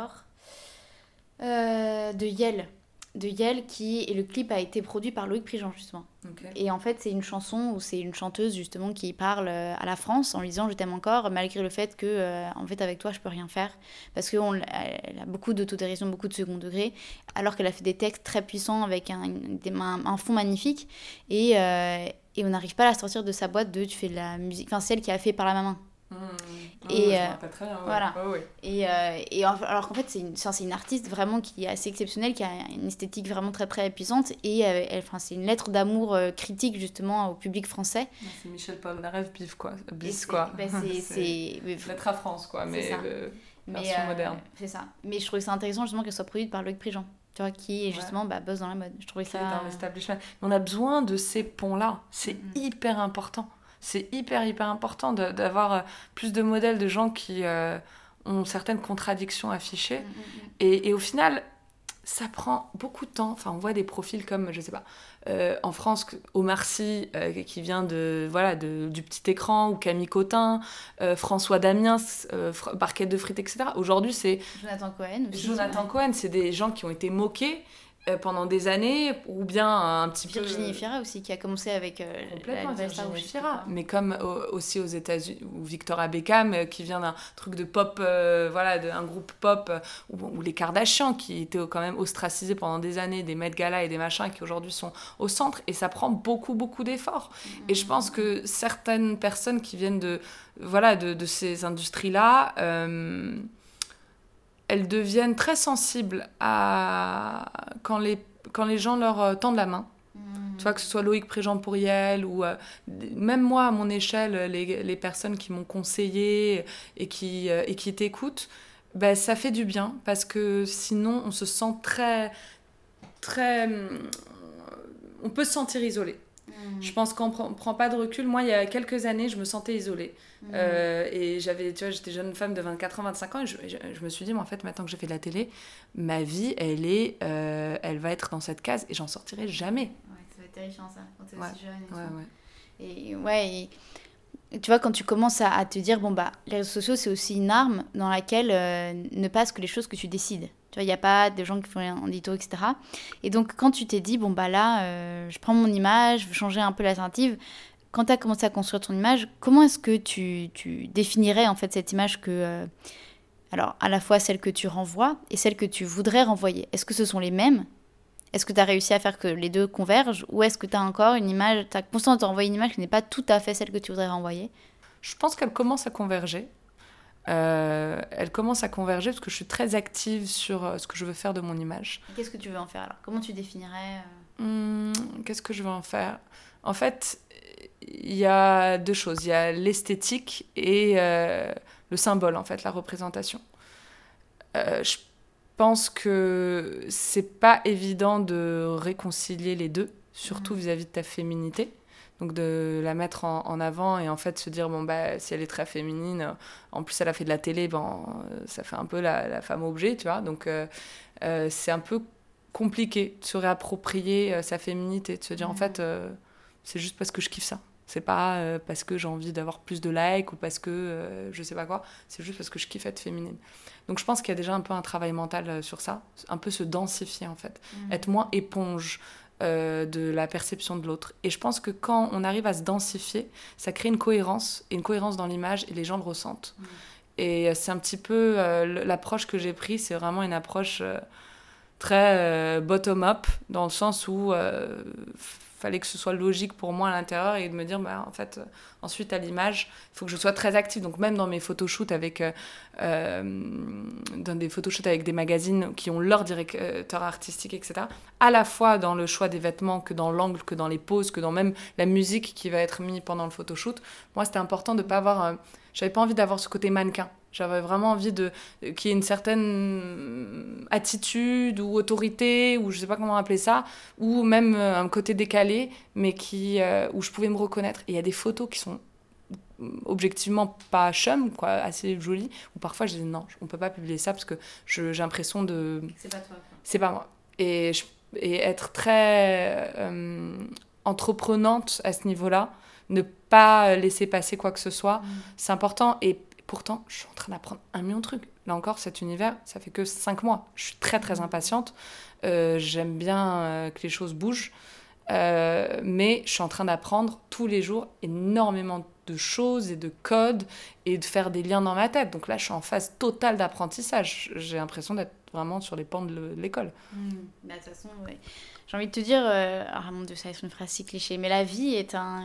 de Yel. Et le clip a été produit par Loïc Prigent, justement. Okay. Et en fait, c'est une chanson où c'est une chanteuse, justement, qui parle à la France en lui disant « Je t'aime encore », malgré le fait que, en fait, avec toi, je peux rien faire. Parce qu'elle a beaucoup d'autodérision, beaucoup de second degré, alors qu'elle a fait des textes très puissants avec un fond magnifique. Et on n'arrive pas à la sortir de sa boîte de « Tu fais de la musique ». Enfin, c'est elle qui a fait par la main. Et très bien, voilà. Et alors qu'en fait c'est une artiste vraiment qui est assez exceptionnelle, qui a une esthétique vraiment très très puissante, et c'est une lettre d'amour critique justement au public français. C'est Michel Polnareff bis quoi. C'est lettre à France quoi, mais version moderne. C'est ça. Mais je trouvais ça intéressant justement qu'elle soit produite par Loïc Prigent, tu vois, qui justement bosse dans la mode. Je trouvais ça dans l'establishment. On a besoin de ces ponts là, c'est hyper important. C'est hyper important d'avoir plus de modèles de gens qui ont certaines contradictions affichées. Et au final, ça prend beaucoup de temps. Enfin, on voit des profils comme, je sais pas, en France, Omar Sy, qui vient du petit écran, ou Camille Cotin, François Damiens, Barquette de frites, etc. Aujourd'hui, c'est... Jonathan Cohen aussi. Jonathan Cohen, c'est des gens qui ont été moqués pendant des années, ou bien un petit peu... Virginie Fira aussi, qui a commencé avec complètement Virginie Fira, mais comme aussi aux États-Unis, ou Victoria Beckham, qui vient d'un truc de pop, d'un groupe pop, ou les Kardashians, qui étaient quand même ostracisés pendant des années, des Met Gala et des machins, qui aujourd'hui sont au centre, et ça prend beaucoup d'efforts. Et je pense que certaines personnes qui viennent de ces industries-là... elles deviennent très sensibles quand les gens leur tendent la main. Tu vois, que ce soit Loïc Prigent-Pourriel ou même moi, à mon échelle, les personnes qui m'ont conseillé et qui t'écoutent, ça fait du bien, parce que sinon, on se sent très... on peut se sentir isolé. Je pense qu'on ne prend pas de recul. Moi, il y a quelques années, je me sentais isolée. Et j'étais jeune femme de 24 ans, 25 ans, et je me suis dit, mais en fait, maintenant que j'ai fait de la télé, ma vie, elle va être dans cette case, et j'en sortirai jamais. Ouais, ça va être terrifiant, ça, quand t'es aussi jeune. Et tu vois, quand tu commences à te dire, les réseaux sociaux, c'est aussi une arme dans laquelle ne passent que les choses que tu décides. Tu vois, il n'y a pas de gens qui font un édito, etc. Et donc, quand tu t'es dit, je prends mon image, je veux changer un peu l'alternative, quand tu as commencé à construire ton image, comment est-ce que tu définirais en fait cette image alors, à la fois celle que tu renvoies et celle que tu voudrais renvoyer? Est-ce que ce sont les mêmes? Est-ce que tu as réussi à faire que les deux convergent? Ou est-ce que tu as encore une image, tu as conscience de renvoyer une image qui n'est pas tout à fait celle que tu voudrais renvoyer? Je pense qu'elle commence à converger. Elle commence à converger parce que je suis très active sur ce que je veux faire de mon image. Et qu'est-ce que tu veux en faire alors? Comment tu définirais Qu'est-ce que je veux en faire? En fait, il y a deux choses. Il y a l'esthétique et le symbole, en fait, la représentation. Je pense que c'est pas évident de réconcilier les deux, surtout vis-à-vis de ta féminité. Donc de la mettre en avant et en fait se dire, bon, bah, si elle est très féminine, en plus elle a fait de la télé, ça fait un peu la femme objet, tu vois. Donc c'est un peu compliqué de se réapproprier sa féminité, de se dire, en fait, c'est juste parce que je kiffe ça. C'est pas parce que j'ai envie d'avoir plus de likes ou parce que je sais pas quoi, c'est juste parce que je kiffe être féminine. Donc je pense qu'il y a déjà un peu un travail mental sur ça, un peu se densifier en fait, être moins éponge de la perception de l'autre. Et je pense que quand on arrive à se densifier, ça crée une cohérence, et une cohérence dans l'image, et les gens le ressentent. Et c'est un petit peu l'approche que j'ai prise, c'est vraiment une approche très bottom-up, dans le sens où fallait que ce soit logique pour moi à l'intérieur et de me dire, en fait, ensuite à l'image, il faut que je sois très active. Donc même dans mes photoshoots dans des photoshoots avec des magazines qui ont leur directeur artistique, etc., à la fois dans le choix des vêtements, que dans l'angle, que dans les poses, que dans même la musique qui va être mise pendant le photoshoot, moi c'était important de pas avoir... j'avais pas envie d'avoir ce côté mannequin. J'avais vraiment envie qu'il y ait une certaine attitude ou autorité, ou je sais pas comment appeler ça, ou même un côté décalé, mais où je pouvais me reconnaître. Et il y a des photos qui sont objectivement pas chum, quoi, assez jolies, où parfois je disais non, on peut pas publier ça parce que j'ai l'impression de... C'est pas toi, quoi. C'est pas moi. Et être très entreprenante à ce niveau-là, ne pas laisser passer quoi que ce soit, c'est important. Et pourtant, je suis en train d'apprendre 1 million de trucs. Là encore, cet univers, ça fait que 5 mois. Je suis très, très impatiente. J'aime bien que les choses bougent. Mais je suis en train d'apprendre tous les jours énormément de choses et de codes et de faire des liens dans ma tête. Donc là, je suis en phase totale d'apprentissage. J'ai l'impression d'être vraiment sur les pans de l'école. De toute façon, ouais. J'ai envie de te dire, ah mon Dieu, ça va être une phrase si cliché, mais la vie est un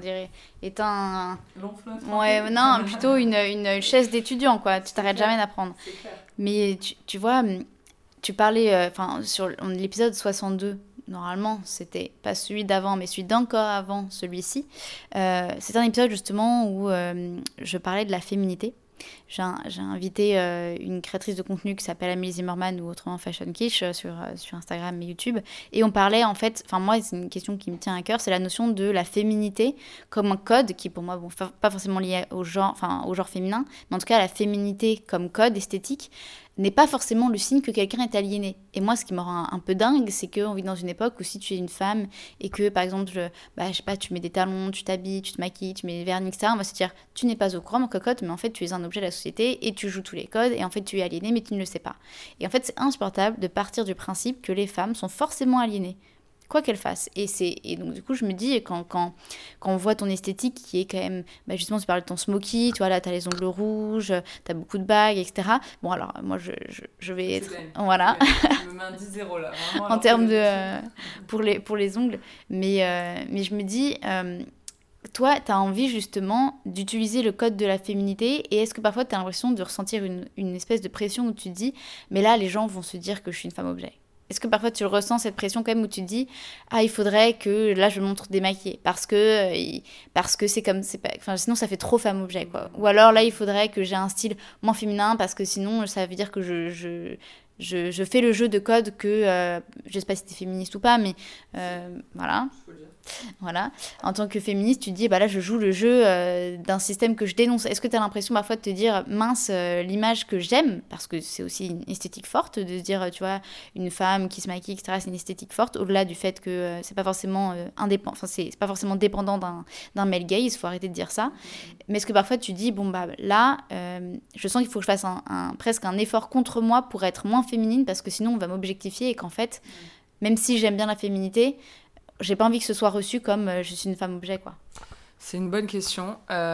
Long fleuve. Ouais, non, plutôt une chaise d'étudiant, quoi. Tu t'arrêtes jamais d'apprendre. C'est clair. Mais tu vois, tu parlais, sur l'épisode 62, normalement, c'était pas celui d'avant, mais celui d'encore avant celui-ci. C'est un épisode justement où je parlais de la féminité. J'ai invité une créatrice de contenu qui s'appelle Amélie Zimmerman ou autrement Fashion Quiche sur Instagram et YouTube. Et on parlait en fait, moi c'est une question qui me tient à cœur, c'est la notion de la féminité comme un code qui pour moi, pas forcément lié au genre féminin, mais en tout cas la féminité comme code esthétique n'est pas forcément le signe que quelqu'un est aliéné. Et moi, ce qui me rend un peu dingue, c'est qu'on vit dans une époque où si tu es une femme et que, par exemple, je sais pas, tu mets des talons, tu t'habilles, tu te maquilles, tu mets des vernis, etc., on va se dire, tu n'es pas au courant, ma cocotte, mais en fait, tu es un objet de la société et tu joues tous les codes et en fait, tu es aliéné, mais tu ne le sais pas. Et en fait, c'est insupportable de partir du principe que les femmes sont forcément aliénées, quoi qu'elles fassent. Et donc, du coup, je me dis, quand on voit ton esthétique qui est quand même... justement, tu parles de ton smoky, tu vois, là, t'as les ongles rouges, t'as beaucoup de bagues, etc. Bon, alors, moi, je vais être... Voilà. Je me mets un 10-0, là. Vraiment, en termes de... pour les ongles. Mais je me dis... toi, tu as envie justement d'utiliser le code de la féminité et est-ce que parfois tu as l'impression de ressentir une espèce de pression où tu te dis mais là les gens vont se dire que je suis une femme objet? Est-ce que parfois tu ressens cette pression quand même où tu te dis ah il faudrait que là je me montre démaquillée parce que c'est comme c'est pas sinon ça fait trop femme objet quoi, ou alors là il faudrait que j'ai un style moins féminin parce que sinon ça veut dire que je fais le jeu de code que je sais pas si t'es féministe ou pas mais voilà. Voilà. En tant que féministe, tu te dis, là, je joue le jeu d'un système que je dénonce. Est-ce que tu as l'impression parfois de te dire, mince, l'image que j'aime, parce que c'est aussi une esthétique forte, de se dire, tu vois, une femme qui se maquille, etc., c'est une esthétique forte, au-delà du fait que c'est pas forcément c'est pas forcément dépendant d'un male gaze, il faut arrêter de dire ça. Mais est-ce que parfois tu dis, là, je sens qu'il faut que je fasse presque un effort contre moi pour être moins féminine, parce que sinon on va m'objectifier et qu'en fait, même si j'aime bien la féminité, j'ai pas envie que ce soit reçu comme je suis une femme objet, quoi. C'est une bonne question.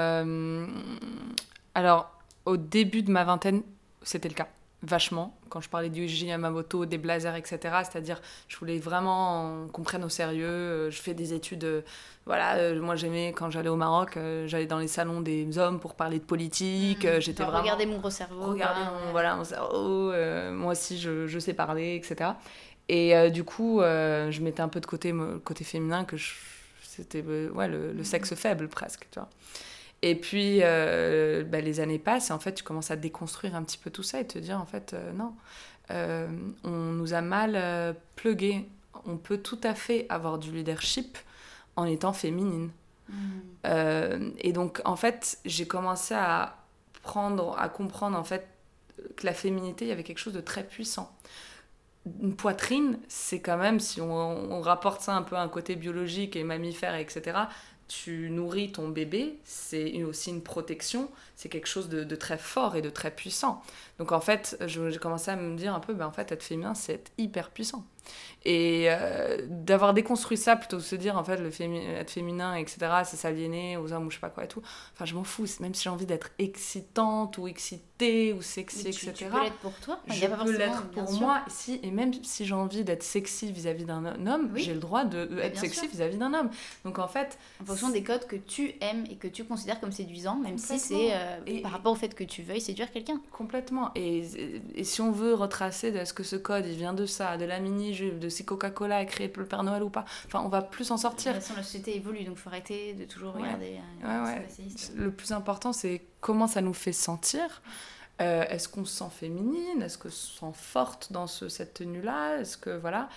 Alors, au début de ma vingtaine, c'était le cas, vachement. Quand je parlais du Yuji Yamamoto, des blazers, etc. C'est-à-dire, je voulais vraiment qu'on prenne au sérieux. Je fais des études. Moi, j'aimais, quand j'allais au Maroc, j'allais dans les salons des hommes pour parler de politique. J'étais vraiment... Regardez mon gros cerveau. Regardez mon cerveau. Moi aussi, je sais parler, etc. Et du coup, je mettais un peu de côté le côté féminin que c'était le sexe faible presque, tu vois. Et puis, les années passent et en fait, tu commences à déconstruire un petit peu tout ça et te dire, en fait, non, on nous a mal plugué. On peut tout à fait avoir du leadership en étant féminine. Et donc, en fait, j'ai commencé à comprendre, en fait, que la féminité, il y avait quelque chose de très puissant. Une poitrine, c'est quand même, si on rapporte ça un peu à un côté biologique et mammifère, etc., tu nourris ton bébé, c'est aussi une protection, c'est quelque chose de très fort et de très puissant. Donc en fait, j'ai commencé à me dire un peu, en fait, être féminin, c'est être hyper puissant. Et d'avoir déconstruit ça plutôt que de se dire, en fait, être féminin, etc., c'est s'aliéner aux hommes ou je sais pas quoi et tout. Enfin, je m'en fous, même si j'ai envie d'être excitante ou excitée ou sexy, etc. Tu peux l'être pour toi. Je peux l'être pour moi. Et même si j'ai envie d'être sexy vis-à-vis d'un homme, j'ai le droit d'être sexy vis-à-vis d'un homme. Donc en fait... En fonction des codes que tu aimes et que tu considères comme séduisants, même si c'est par rapport au fait que tu veuilles séduire quelqu'un. Complètement. Et si on veut retracer est-ce que ce code, il vient de ça, de la mini-jupe, de si Coca-Cola a créé le Père Noël ou pas, enfin, on va plus s'en sortir. De toute façon, la société évolue, donc il faut arrêter de toujours regarder... Le plus important, c'est comment ça nous fait sentir. Est-ce qu'on se sent féminine? Est-ce qu'on se sent forte dans cette tenue-là? Est-ce que, voilà...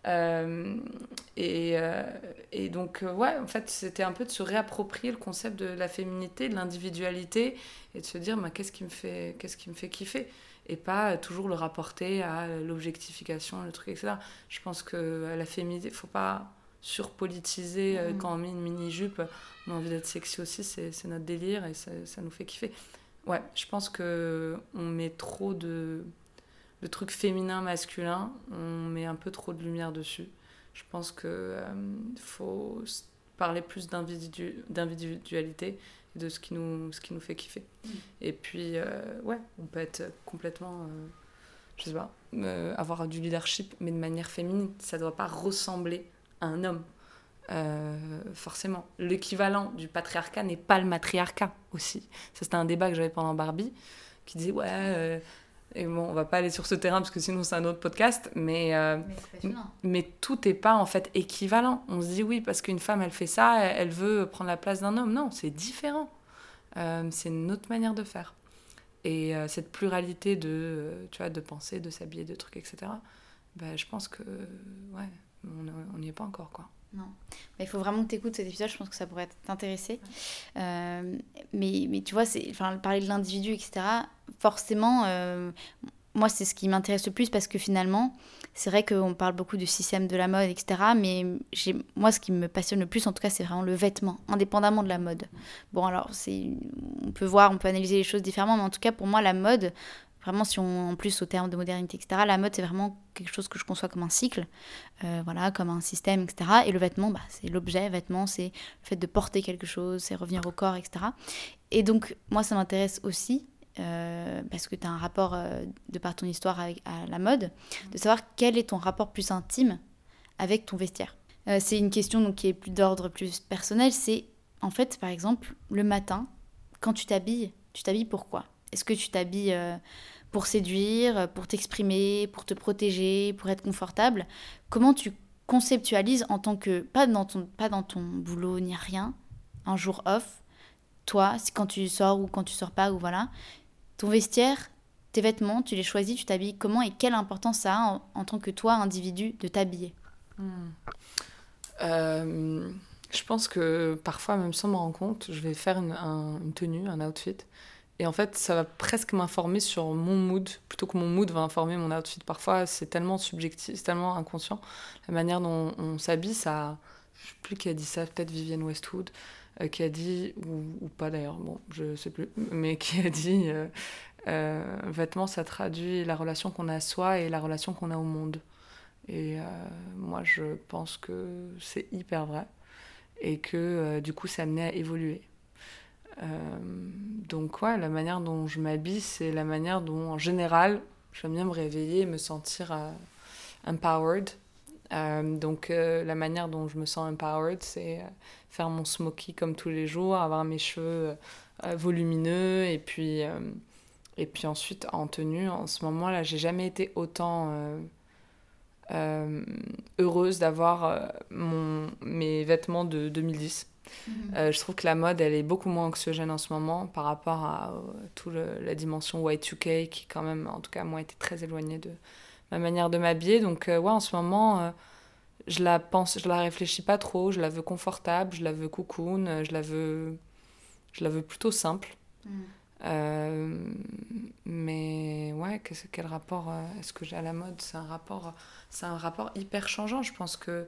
et donc, en fait, c'était un peu de se réapproprier le concept de la féminité, de l'individualité, et de se dire, qu'est-ce qui me fait kiffer? Et pas toujours le rapporter à l'objectification, le truc, etc. Je pense que la féminité, il ne faut pas surpolitiser quand on met une mini-jupe. On a envie d'être sexy aussi, c'est notre délire et ça nous fait kiffer. Ouais, je pense qu'on met trop de trucs féminins, masculins, on met un peu trop de lumière dessus. Je pense qu'il faut parler plus d'individualité et de ce qui nous fait kiffer. Et puis, on peut être complètement, je sais pas, avoir du leadership, mais de manière féminine. Ça ne doit pas ressembler à un homme. Forcément. L'équivalent du patriarcat n'est pas le matriarcat aussi. Ça, c'était un débat que j'avais pendant Barbie, qui disait, et bon, on va pas aller sur ce terrain parce que sinon c'est un autre podcast, mais tout n'est pas en fait équivalent. On se dit oui, parce qu'une femme elle fait ça, elle veut prendre la place d'un homme. Non, c'est différent. C'est une autre manière de faire. Et cette pluralité de penser, de s'habiller, de trucs, etc., je pense que on n'y est pas encore, quoi. Non. Il faut vraiment que tu écoutes cet épisode, je pense que ça pourrait t'intéresser. Mais tu vois, parler de l'individu, etc., forcément, moi, c'est ce qui m'intéresse le plus parce que finalement, c'est vrai qu'on parle beaucoup du système de la mode, etc., mais moi, ce qui me passionne le plus, en tout cas, c'est vraiment le vêtement, indépendamment de la mode. Bon, alors, on peut analyser les choses différemment, mais en tout cas, pour moi, la mode... Vraiment, si on, en plus au terme de modernité, etc., la mode, c'est vraiment quelque chose que je conçois comme un cycle, comme un système, etc. Et le vêtement, c'est l'objet, vêtement, c'est le fait de porter quelque chose, c'est revenir au corps, etc. Et donc, moi, ça m'intéresse aussi, parce que tu as un rapport, de par ton histoire à la mode, de savoir quel est ton rapport plus intime avec ton vestiaire. C'est une question donc, qui est plus d'ordre plus personnel, c'est, en fait, par exemple, le matin, quand tu t'habilles pourquoi ? Est-ce que tu t'habilles pour séduire, pour t'exprimer, pour te protéger, pour être confortable ? Comment tu conceptualises en tant que... Pas dans ton boulot ni rien, un jour off, toi, quand tu sors ou quand tu sors pas, ou voilà, ton vestiaire, tes vêtements, tu les choisis, tu t'habilles comment et quelle importance ça a en tant que toi, individu, de t'habiller ? Je pense que parfois, même sans me rendre compte, je vais faire une tenue, un outfit. Et en fait, ça va presque m'informer sur mon mood, plutôt que mon mood va informer mon outfit. Parfois, c'est tellement subjectif, c'est tellement inconscient. La manière dont on s'habille, ça... Je ne sais plus qui a dit ça, peut-être Vivienne Westwood, qui a dit, ou pas d'ailleurs, bon, je ne sais plus, mais qui a dit, vêtements, ça traduit la relation qu'on a à soi et la relation qu'on a au monde. Et moi, je pense que c'est hyper vrai. Et que, du coup, ça amené à évoluer. Donc la manière dont je m'habille, c'est la manière dont en général j'aime bien me réveiller et me sentir empowered. La manière dont je me sens empowered, c'est faire mon smoky comme tous les jours, avoir mes cheveux volumineux et puis ensuite en tenue. En ce moment là, j'ai jamais été autant heureuse d'avoir mes vêtements de 2010. Je trouve que la mode, elle est beaucoup moins anxiogène en ce moment par rapport à toute la dimension Y2K qui, quand même, en tout cas, moi, était très éloignée de ma manière de m'habiller. Donc, ouais, en ce moment, je la réfléchis pas trop. Je la veux confortable, je la veux cocoon, je la veux plutôt simple. Mais ouais, quel rapport est-ce que j'ai à la mode? C'est un rapport hyper changeant. Je pense que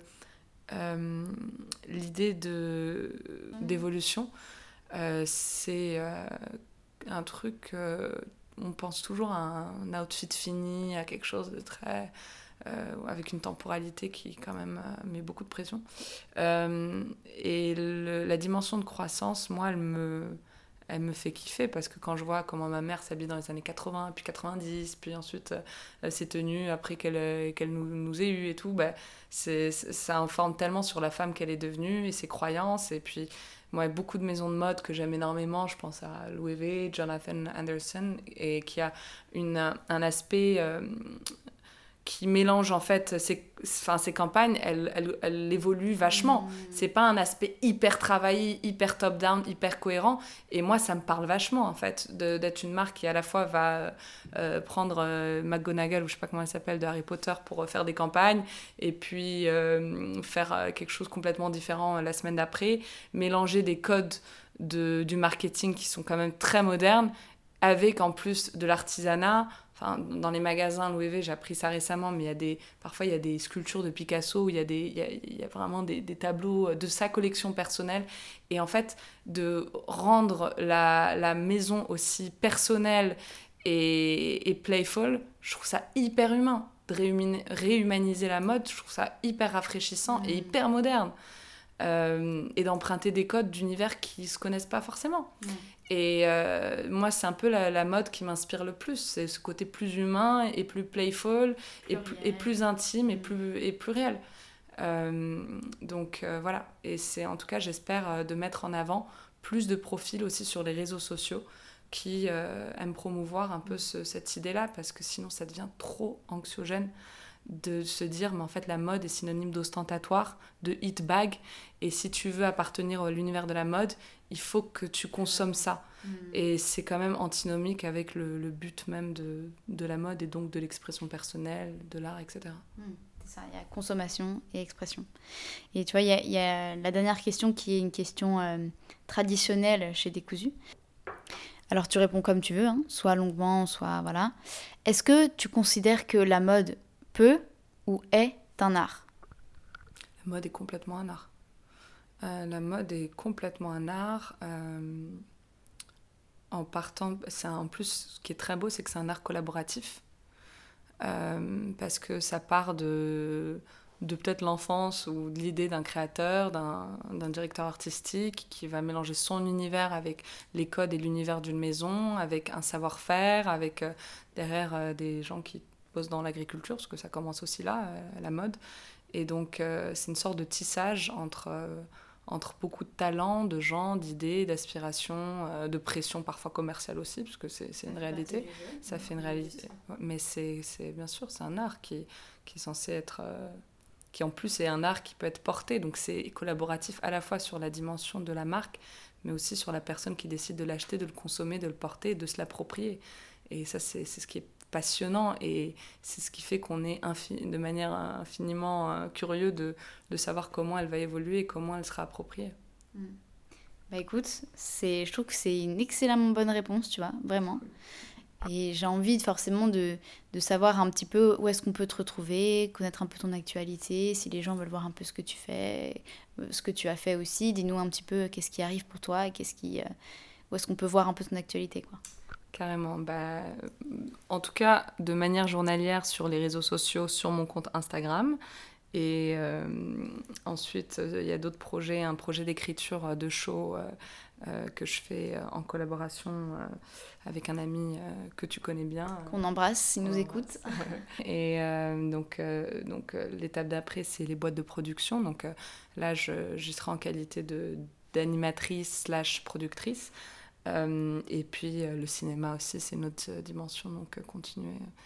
l'idée d'évolution, c'est un truc, on pense toujours à un outfit fini, à quelque chose de très avec une temporalité qui quand même met beaucoup de pression, et la dimension de croissance, moi, elle me fait kiffer, parce que quand je vois comment ma mère s'habille dans les années 80, puis 90, puis ensuite ses tenues après qu'elle nous ait eu et tout, bah, ça informe tellement sur la femme qu'elle est devenue et ses croyances. Et puis, moi, beaucoup de maisons de mode que j'aime énormément, je pense à Louis V, Jonathan Anderson, et qui a un aspect qui mélange en fait ses campagnes, elle évolue vachement. C'est pas un aspect hyper travaillé, hyper top-down, hyper cohérent. Et moi, ça me parle vachement en fait d'être une marque qui à la fois va prendre McGonagall, ou je sais pas comment elle s'appelle, de Harry Potter, pour faire des campagnes, et puis faire quelque chose complètement différent la semaine d'après, mélanger des codes du marketing qui sont quand même très modernes, avec en plus de l'artisanat. Enfin, dans les magasins Louis V, j'ai appris ça récemment, mais parfois il y a des sculptures de Picasso, où il y a vraiment des tableaux de sa collection personnelle. Et en fait, de rendre la maison aussi personnelle et playful, je trouve ça hyper humain. De réhumaniser la mode, je trouve ça hyper rafraîchissant et hyper moderne. Et d'emprunter des codes d'univers qui ne se connaissent pas forcément. Et moi, c'est un peu la mode qui m'inspire le plus. C'est ce côté plus humain et plus playful, et plus intime et plus réel. Donc voilà. Et c'est, en tout cas, j'espère de mettre en avant plus de profils aussi sur les réseaux sociaux qui aiment promouvoir un peu cette idée-là, parce que sinon ça devient trop anxiogène de se dire, mais en fait la mode est synonyme d'ostentatoire, de hit bag, et si tu veux appartenir à l'univers de la mode, il faut que tu consommes ça. Et c'est quand même antinomique avec le but même de la mode, et donc de l'expression personnelle, de l'art, etc. C'est ça, il y a consommation et expression. Et tu vois, il y a la dernière question qui est une question traditionnelle chez Décousu. Alors tu réponds comme tu veux, hein, soit longuement, soit voilà. Est-ce que tu considères que la mode peut ou est un art? La mode est complètement un art. La mode est complètement un art. En partant, en plus, ce qui est très beau, c'est que c'est un art collaboratif. Parce que ça part de peut-être l'enfance, ou de l'idée d'un créateur, d'un directeur artistique qui va mélanger son univers avec les codes et l'univers d'une maison, avec un savoir-faire, avec derrière des gens qui bossent dans l'agriculture, parce que ça commence aussi là, la mode. Et donc c'est une sorte de tissage entre beaucoup de talents, de gens, d'idées, d'aspirations, de pression parfois commerciale aussi, parce que c'est une réalité. Ça fait une réalité. Mais c'est bien sûr, c'est un art qui est censé être... qui en plus est un art qui peut être porté. Donc c'est collaboratif à la fois sur la dimension de la marque, mais aussi sur la personne qui décide de l'acheter, de le consommer, de le porter, de se l'approprier. Et ça, c'est ce qui est passionnant, et c'est ce qui fait qu'on est de manière infiniment curieux de savoir comment elle va évoluer et comment elle sera appropriée. Bah écoute, je trouve que c'est une excellemment bonne réponse, tu vois, vraiment. Et j'ai envie forcément de savoir un petit peu où est-ce qu'on peut te retrouver, connaître un peu ton actualité, si les gens veulent voir un peu ce que tu fais, ce que tu as fait aussi. Dis-nous un petit peu qu'est-ce qui arrive pour toi, où est-ce qu'on peut voir un peu ton actualité, quoi. Carrément. En tout cas, de manière journalière sur les réseaux sociaux, sur mon compte Instagram. Et ensuite, il y a d'autres projets, un projet d'écriture de show que je fais en collaboration avec un ami que tu connais bien. Qu'on embrasse s'il nous écoute. Et donc l'étape d'après, c'est les boîtes de production. Donc là, j'y serai en qualité d'animatrice / productrice. Et puis le cinéma aussi, c'est une autre dimension, donc continuer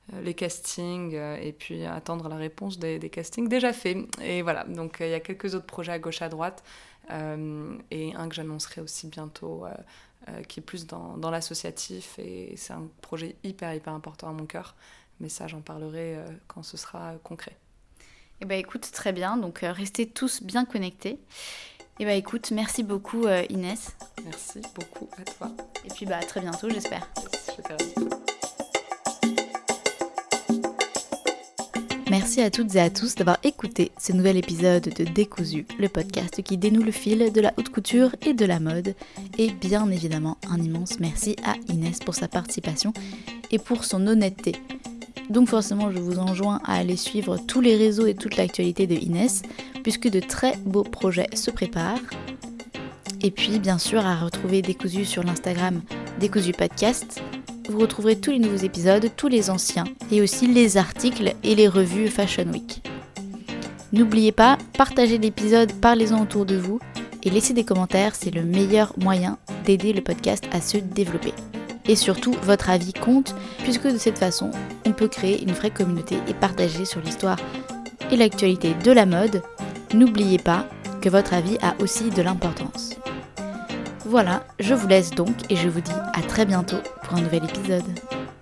les castings et puis attendre la réponse des castings déjà faits. Et voilà, donc il y a quelques autres projets à gauche à droite et un que j'annoncerai aussi bientôt qui est plus dans l'associatif et c'est un projet hyper important à mon cœur. Mais ça, j'en parlerai quand ce sera concret. Eh bien écoute, très bien, donc restez tous bien connectés. Eh bien écoute, merci beaucoup Inès. Merci beaucoup à toi. Et puis à très bientôt, j'espère. J'espère. Merci à toutes et à tous d'avoir écouté ce nouvel épisode de Décousu, le podcast qui dénoue le fil de la haute couture et de la mode. Et bien évidemment, un immense merci à Inès pour sa participation et pour son honnêteté. Donc forcément, je vous enjoins à aller suivre tous les réseaux et toute l'actualité de Inès, puisque de très beaux projets se préparent. Et puis, bien sûr, à retrouver Décousu sur l'Instagram Décousu Podcast. Vous retrouverez tous les nouveaux épisodes, tous les anciens, et aussi les articles et les revues Fashion Week. N'oubliez pas, partagez l'épisode, parlez-en autour de vous, et laissez des commentaires, c'est le meilleur moyen d'aider le podcast à se développer. Et surtout, votre avis compte, puisque de cette façon, on peut créer une vraie communauté et partager sur l'histoire et l'actualité de la mode. N'oubliez pas que votre avis a aussi de l'importance. Voilà, je vous laisse donc et je vous dis à très bientôt pour un nouvel épisode.